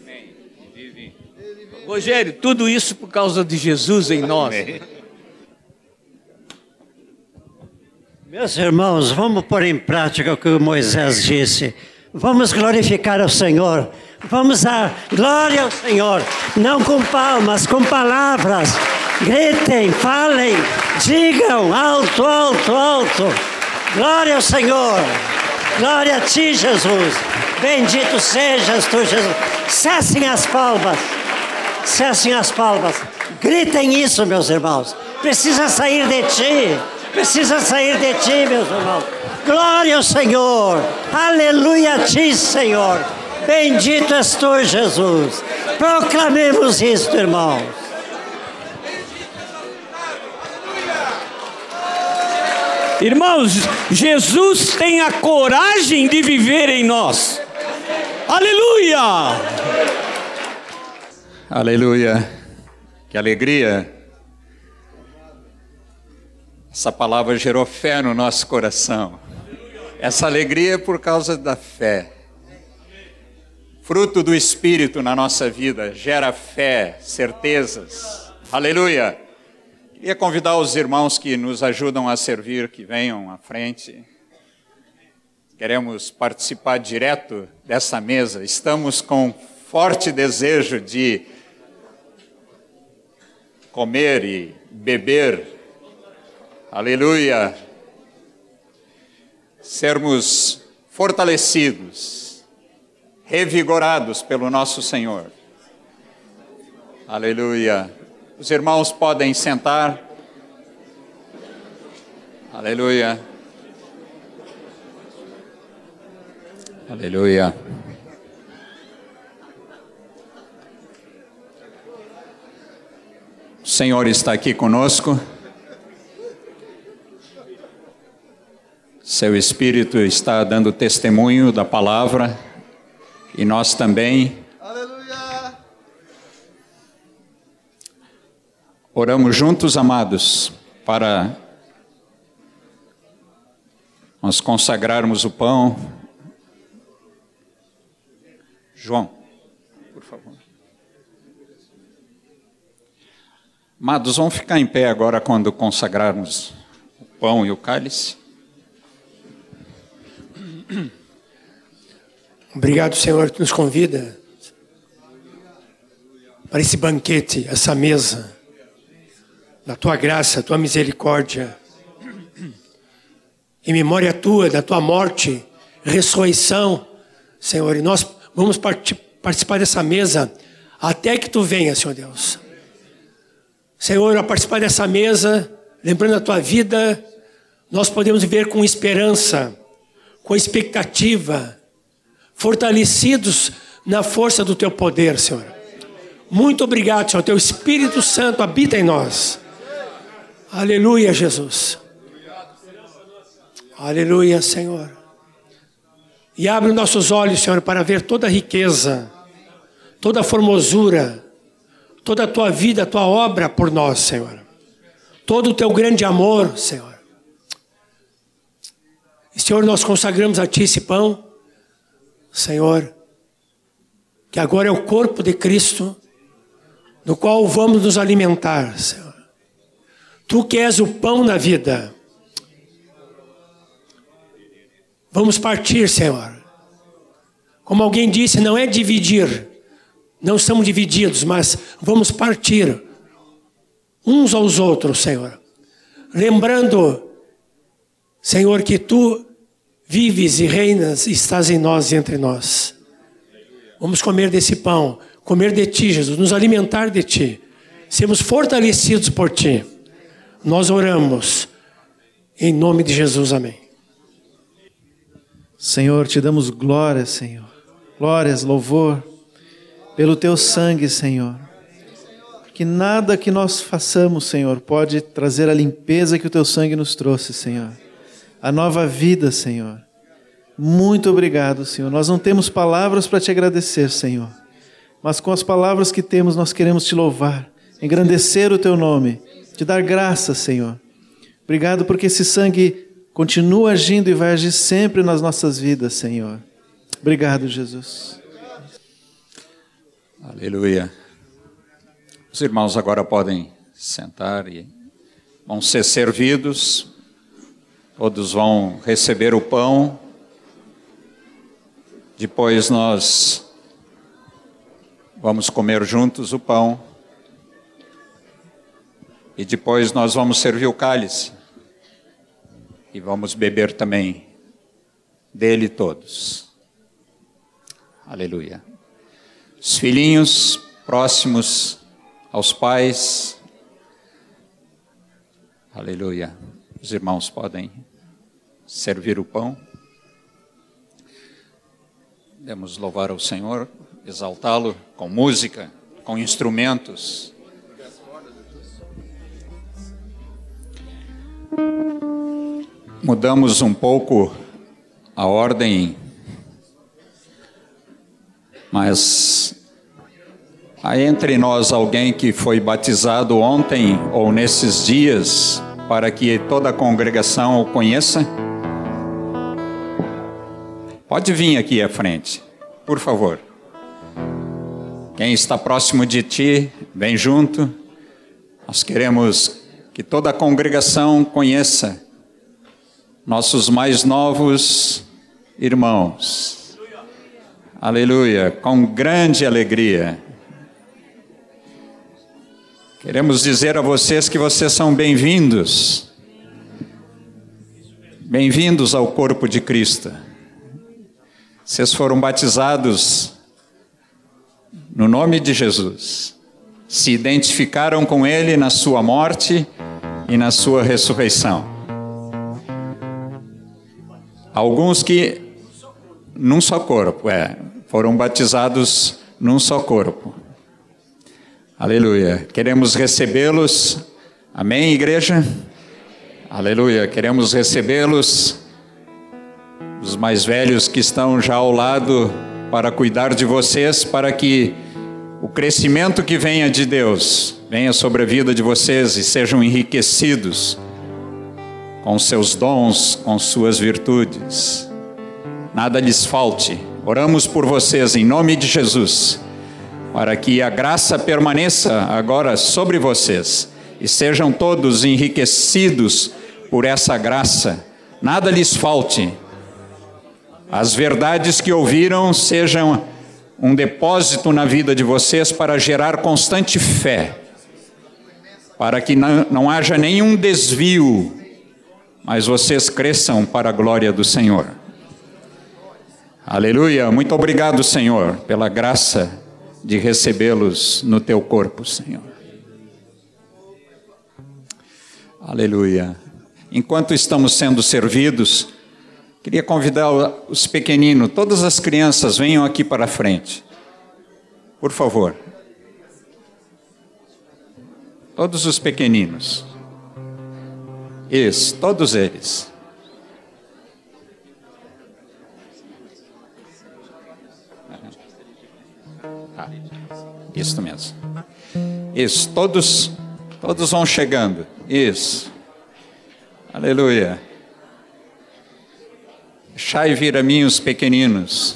D: Rogério, tudo isso por causa de Jesus em nós.
E: Meus irmãos, vamos pôr em prática o que Moisés disse. Vamos glorificar ao Senhor. Vamos dar glória ao Senhor. Não com palmas, com palavras. Gritem, falem, digam alto, alto, alto. Glória ao Senhor. Glória a ti, Jesus. Bendito sejas tu, Jesus. Cessem as palmas. Cessem as palmas. Gritem isso, meus irmãos. Precisa sair de ti. Precisa sair de ti, meus irmãos. Glória ao Senhor. Aleluia a ti, Senhor. Bendito és tu, Jesus. Proclamemos isto, irmãos.
D: Irmãos, Jesus tem a coragem de viver em nós. Aleluia!
A: Aleluia! Que alegria! Essa palavra gerou fé no nosso coração. Essa alegria é por causa da fé. Fruto do Espírito na nossa vida gera fé, certezas. Aleluia! Queria convidar os irmãos que nos ajudam a servir, que venham à frente. Queremos participar direto dessa mesa. Estamos com forte desejo de comer e beber. Aleluia! Sermos fortalecidos, revigorados pelo nosso Senhor. Aleluia! Os irmãos podem sentar. Aleluia. Aleluia. O Senhor está aqui conosco. Seu Espírito está dando testemunho da palavra e nós também. Oramos juntos, amados, para nós consagrarmos o pão. João, por favor. Amados, vamos ficar em pé agora quando consagrarmos o pão e o cálice.
H: Obrigado, Senhor, que nos convida para esse banquete, essa mesa da Tua graça, Tua misericórdia, em memória Tua, da Tua morte, ressurreição, Senhor, e nós vamos participar dessa mesa até que Tu venha, Senhor Deus. Senhor, a participar dessa mesa, lembrando a Tua vida, nós podemos viver com esperança, com expectativa, fortalecidos na força do Teu poder, Senhor. Muito obrigado, Senhor. Teu Espírito Santo habita em nós. Aleluia, Jesus. Aleluia, Senhor. E abre nossos olhos, Senhor, para ver toda a riqueza, toda a formosura, toda a Tua vida, a Tua obra por nós, Senhor. Todo o Teu grande amor, Senhor. E, Senhor, nós consagramos a Ti esse pão, Senhor, que agora é o corpo de Cristo, no qual vamos nos alimentar, Senhor. Tu que és o pão na vida. Vamos partir, Senhor. Como alguém disse, não é dividir. Não somos divididos, mas vamos partir uns aos outros, Senhor. Lembrando, Senhor, que Tu vives e reinas e estás em nós e entre nós. Vamos comer desse pão, comer de Ti, Jesus, nos alimentar de Ti. Sermos fortalecidos por Ti. Nós oramos em nome de Jesus, amém.
I: Senhor, Te damos glória, Senhor. Glórias, louvor, pelo Teu sangue, Senhor. Que nada que nós façamos, Senhor, pode trazer a limpeza que o Teu sangue nos trouxe, Senhor. A nova vida, Senhor. Muito obrigado, Senhor. Nós não temos palavras para Te agradecer, Senhor. Mas com as palavras que temos, nós queremos Te louvar, engrandecer o Teu nome, Te dar graça, Senhor. Obrigado porque esse sangue continua agindo e vai agir sempre nas nossas vidas, Senhor. Obrigado, Jesus.
A: Aleluia. Os irmãos agora podem sentar e vão ser servidos. Todos vão receber o pão. Depois nós vamos comer juntos o pão. E depois nós vamos servir o cálice. E vamos beber também dele todos. Aleluia. Os filhinhos próximos aos pais. Aleluia. Os irmãos podem servir o pão. Devemos louvar ao Senhor, exaltá-lo com música, com instrumentos. Mudamos um pouco a ordem, mas há entre nós alguém que foi batizado ontem ou nesses dias, para que toda a congregação o conheça? Pode vir aqui à frente, por favor. Quem está próximo de ti, vem junto. Nós queremos que toda a congregação conheça nossos mais novos irmãos. Aleluia, com grande alegria. Queremos dizer a vocês que vocês são bem-vindos. Bem-vindos ao corpo de Cristo. Vocês foram batizados no nome de Jesus. Se identificaram com Ele na sua morte e na sua ressurreição. Alguns que num só corpo, foram batizados num só corpo. Aleluia. Queremos recebê-los. Amém, igreja? Aleluia. Queremos recebê-los. Os mais velhos que estão já ao lado para cuidar de vocês, para que o crescimento que venha de Deus venha sobre a vida de vocês e sejam enriquecidos com seus dons, com suas virtudes. Nada lhes falte. Oramos por vocês em nome de Jesus, para que a graça permaneça agora sobre vocês e sejam todos enriquecidos por essa graça. Nada lhes falte. As verdades que ouviram sejam um depósito na vida de vocês para gerar constante fé, para que não haja nenhum desvio, mas vocês cresçam para a glória do Senhor. Aleluia. Muito obrigado, Senhor, pela graça de recebê-los no teu corpo, Senhor. Aleluia. Enquanto estamos sendo servidos, queria convidar os pequeninos, todas as crianças, venham aqui para a frente. Por favor. Todos os pequeninos. Isso, todos eles. Isso mesmo. Isso, todos vão chegando. Isso. Aleluia. Deixai vir a mim os pequeninos.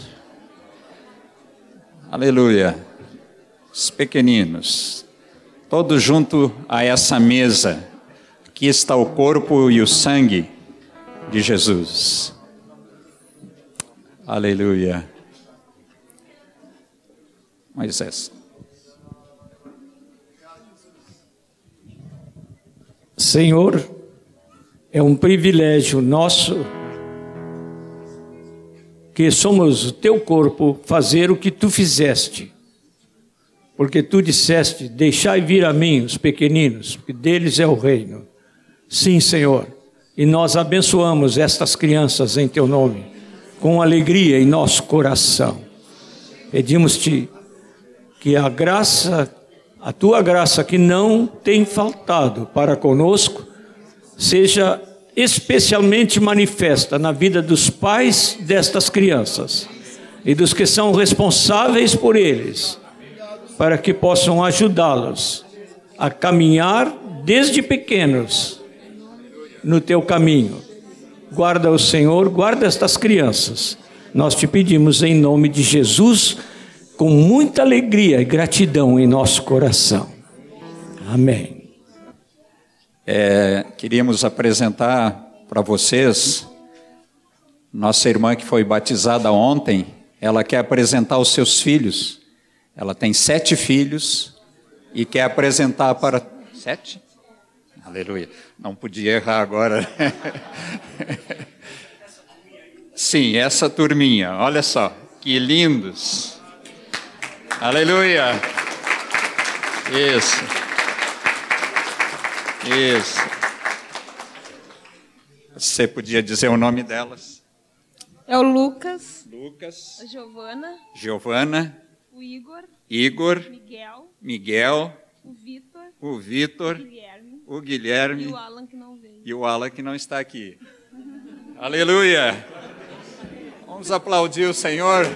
A: Aleluia. Os pequeninos. Todos junto a essa mesa. Aqui está o corpo e o sangue de Jesus. Aleluia. Moisés.
D: Senhor, é um privilégio nosso que somos o teu corpo, fazer o que tu fizeste. Porque tu disseste, deixai vir a mim os pequeninos, porque deles é o reino. Sim, Senhor, e nós abençoamos estas crianças em teu nome, com alegria em nosso coração. Pedimos-te que a graça, a tua graça que não tem faltado para conosco, seja especialmente manifesta na vida dos pais destas crianças e dos que são responsáveis por eles, para que possam ajudá-los a caminhar desde pequenos no teu caminho. Guarda o Senhor, guarda estas crianças. Nós te pedimos em nome de Jesus, com muita alegria e gratidão em nosso coração. Amém.
A: Queríamos apresentar para vocês nossa irmã que foi batizada ontem. Ela quer apresentar os seus filhos. Ela tem 7 filhos e quer apresentar para... 7? Aleluia. Não podia errar agora. Sim, essa turminha. Olha só, Que lindos. Aleluia. Isso. Você podia dizer o nome delas?
J: É o Lucas.
A: Lucas.
J: A Giovana.
A: Giovana.
J: O Igor.
A: Igor.
J: Miguel.
A: O Vitor. O Guilherme.
J: E o Alan que não veio.
A: E o Alan que não está aqui. Aleluia. Vamos aplaudir o Senhor.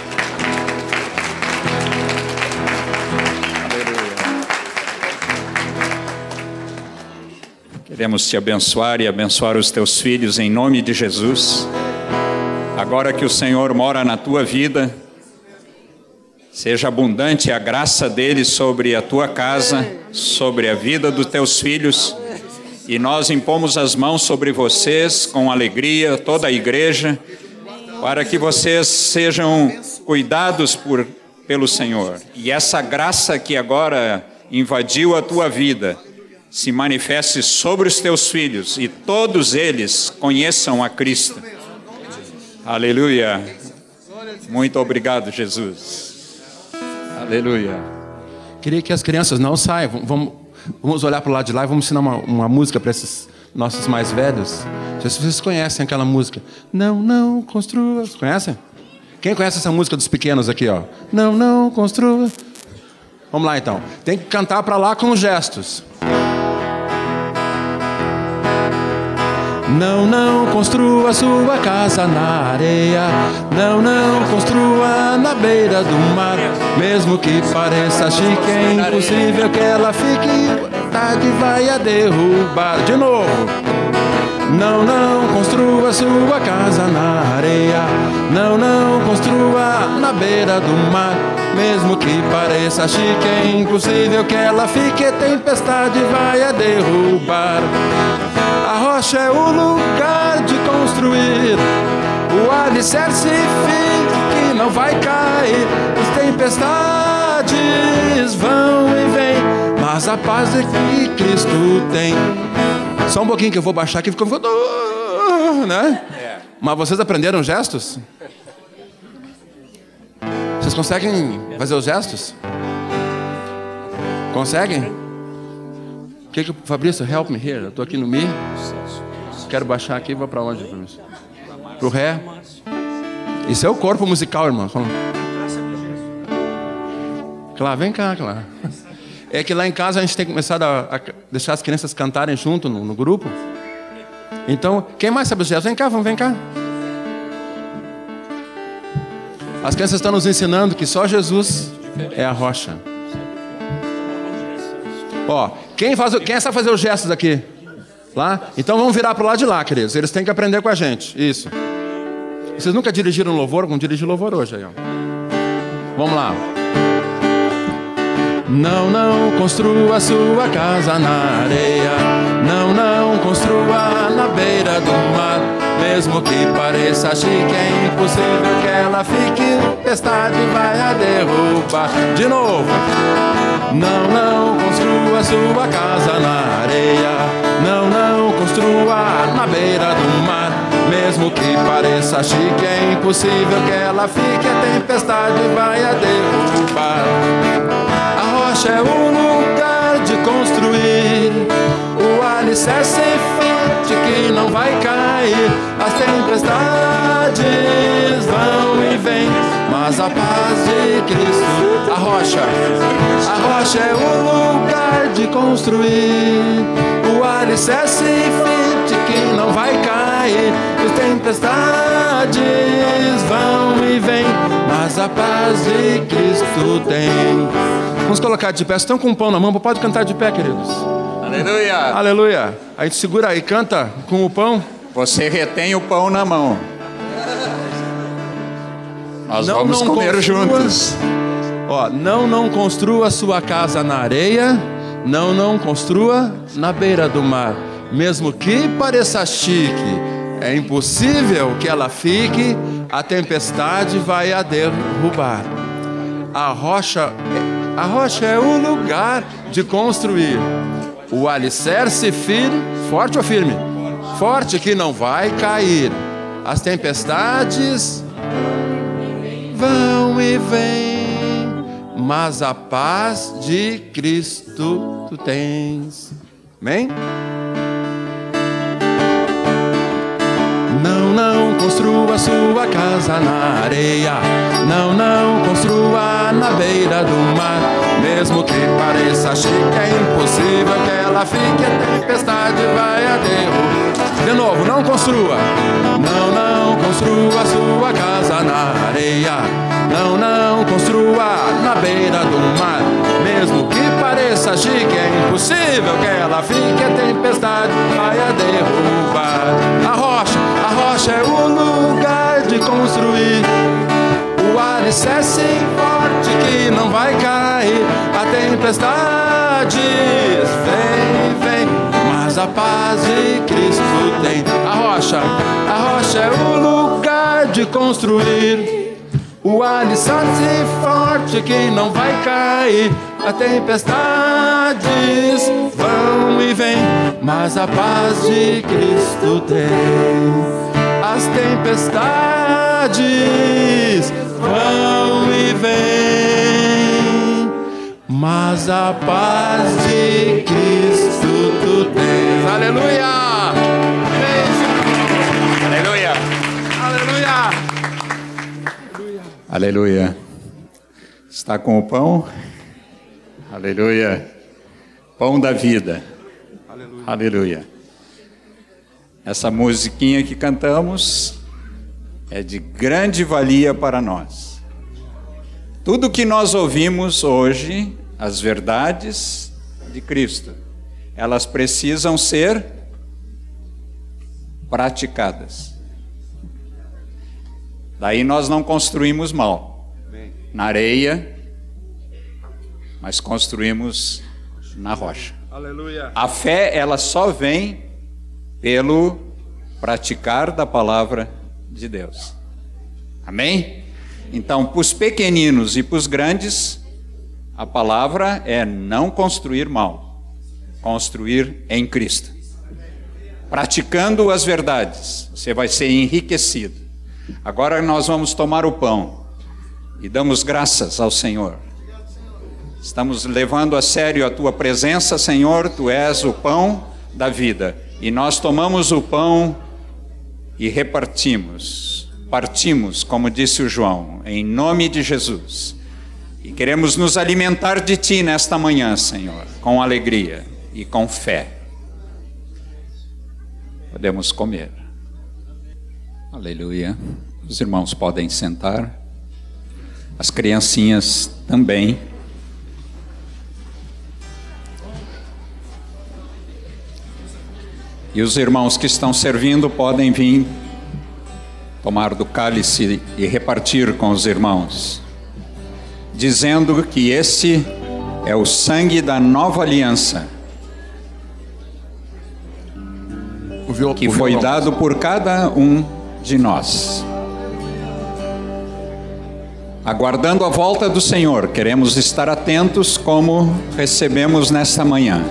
A: Queremos te abençoar e abençoar os teus filhos em nome de Jesus. Agora que o Senhor mora na tua vida, seja abundante a graça dele sobre a tua casa, sobre a vida dos teus filhos. E nós impomos as mãos sobre vocês com alegria, toda a igreja, para que vocês sejam cuidados pelo Senhor. E essa graça que agora invadiu a tua vida, se manifeste sobre os teus filhos e todos eles conheçam a Cristo. Aleluia. Muito obrigado, Jesus. Aleluia.
K: Queria que as crianças não saiam. Vamos olhar para o lado de lá e vamos ensinar uma música para esses nossos mais velhos. Não sei se vocês conhecem aquela música. Não construa. Conhecem? Quem conhece essa música dos pequenos aqui, ó? Não construa. Vamos lá então. Tem que cantar para lá com gestos. Não construa sua casa na areia. Não construa na beira do mar. Mesmo que pareça chique, é impossível que ela fique. Tarde vai a derrubar. De novo. Não construa sua casa na areia. Não construa na beira do mar. Mesmo que pareça chique, é impossível que ela fique. Tempestade vai a derrubar. A rocha é o lugar de construir. O alicerce firme que não vai cair. As tempestades vão e vêm, mas a paz é que Cristo tem. Só um pouquinho que eu vou baixar aqui, ficou, né? Mas vocês aprenderam gestos? Vocês conseguem fazer os gestos? Conseguem? Fabrício, help me here. Eu estou aqui no Mi. Quero baixar aqui. Vou para onde? Para o Ré. Isso é o corpo musical, irmão. Claro, vem cá, claro. É que lá em casa a gente tem começado a deixar as crianças cantarem junto no grupo. Então, quem mais sabe os gestos? Vem cá, vem cá. As crianças estão nos ensinando que só Jesus é a rocha. Ó, quem sabe fazer os gestos aqui? Lá? Então vamos virar para o lado de lá, queridos. Eles têm que aprender com a gente. Isso. Vocês nunca dirigiram louvor? Vamos dirigir louvor hoje aí, ó. Vamos lá. Não construa sua casa na areia. Não construa na beira do mar. Mesmo que pareça chique, é impossível que ela fique. Tempestade vai a derrubar. De novo. Não construa sua casa na areia. Não construa na beira do mar. Mesmo que pareça chique, é impossível que ela fique. A tempestade vai a derrubar. A rocha é o lugar de construir. O alicerce firme que não vai cair. As tempestades vão e vêm, mas a paz de Cristo. A rocha é o lugar de construir. O alicerce firme que não vai cair. As tempestades vão e vêm, mas a paz de Cristo tem. Vamos colocar de pé. Vocês estão com um pão na mão, pode cantar de pé, queridos.
A: Aleluia.
K: Aleluia. A gente segura aí, canta com o pão.
A: Você retém o pão na mão. Nós vamos comer juntos.
K: Ó, não construa sua casa na areia. Não construa na beira do mar. Mesmo que pareça chique, é impossível que ela fique. A tempestade vai a derrubar. A rocha é o lugar de construir. O alicerce firme, forte ou firme? Forte que não vai cair. As tempestades vão e vêm, mas a paz de Cristo tu tens. Amém? Não construa sua casa na areia, não construa na beira do mar. Mesmo que pareça chique, é impossível que ela fique, a tempestade vai a derrubar. De novo, não construa. Não construa sua casa na areia, não construa na beira do mar. Mesmo que pareça chique, é impossível que ela fique, a tempestade vai a derrubar. A rocha é o lugar de construir, o alicerce forte que não vai cair. A tempestade vem, mas a paz de Cristo tem. A rocha é o lugar de construir, o alicerce forte que não vai cair. As tempestades vão e vêm, mas a paz de Cristo tem. As tempestades vão e vêm, mas a paz de Cristo tu tens. Aleluia!
A: Aleluia!
K: Aleluia!
A: Aleluia! Está com o pão? Aleluia! Pão da vida. Aleluia! Aleluia! Essa musiquinha que cantamos é de grande valia para nós. Tudo que nós ouvimos hoje, as verdades de Cristo, elas precisam ser praticadas. Daí nós não construímos mal na areia, mas construímos na rocha.
K: Aleluia.
A: A fé, ela só vem pelo praticar da palavra de Deus. Amém? Então, para os pequeninos e para os grandes, a palavra é não construir mal, construir em Cristo. Praticando as verdades, você vai ser enriquecido. Agora nós vamos tomar o pão e damos graças ao Senhor. Estamos levando a sério a tua presença, Senhor, tu és o pão da vida. E nós tomamos o pão e partimos, como disse o João, em nome de Jesus. E queremos nos alimentar de Ti nesta manhã, Senhor, com alegria e com fé. Podemos comer. Aleluia. Os irmãos podem sentar. As criancinhas também. E os irmãos que estão servindo podem vir tomar do cálice e repartir com os irmãos, dizendo que esse é o sangue da nova aliança, que foi dado por cada um de nós. Aguardando a volta do Senhor, queremos estar atentos como recebemos nesta manhã.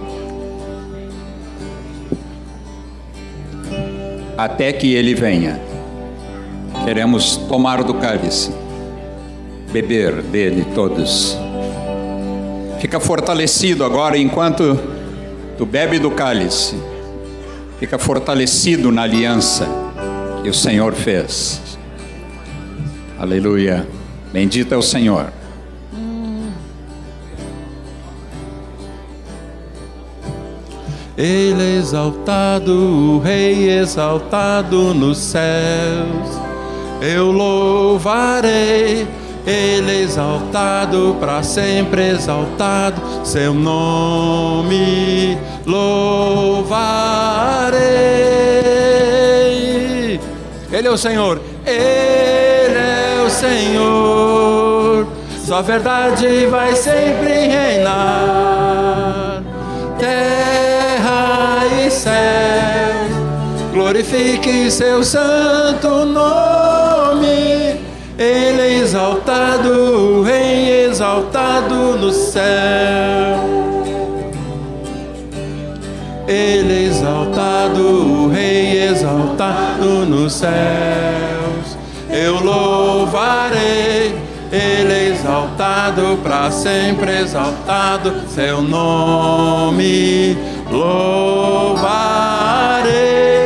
A: Até que Ele venha, queremos tomar do cálice, beber dele todos. Fica fortalecido agora enquanto tu bebe do cálice. Fica fortalecido na aliança que o Senhor fez. Aleluia. Bendito é o Senhor.
K: Ele é exaltado, o Rei exaltado nos céus. Eu louvarei, Ele é exaltado, para sempre exaltado, seu nome louvarei. Ele é o Senhor, Ele é o Senhor, sua verdade vai sempre reinar. Terra e céu, glorifique seu santo nome. Ele é exaltado, o Rei exaltado no céu. Ele é exaltado, o Rei exaltado nos céus. eu louvarei. Ele é exaltado, para sempre exaltado, seu nome louvarei.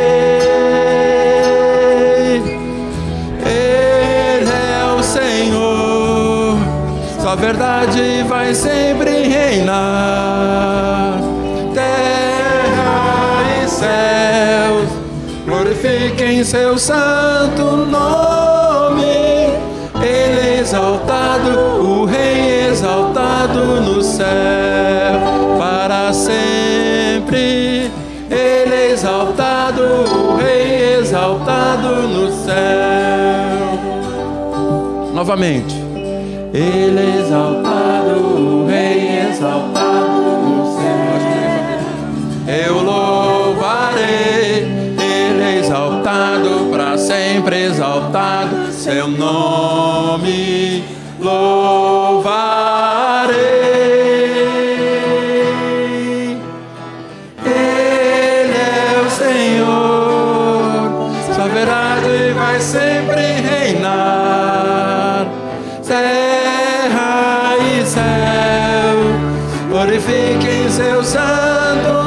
K: Ele é o Senhor, sua verdade vai sempre reinar. Terra e céus glorifiquem seu santo nome. Ele é exaltado, o Rei exaltado no céu para sempre. Ele é exaltado, o Rei exaltado no céu. Novamente. Ele é exaltado, o Rei exaltado no céu. Eu louvarei. Ele é exaltado, para sempre exaltado, seu nome louvarei. Ele é o Senhor, sua verdade vai sempre reinar. Terra e céu glorifiquem seu santo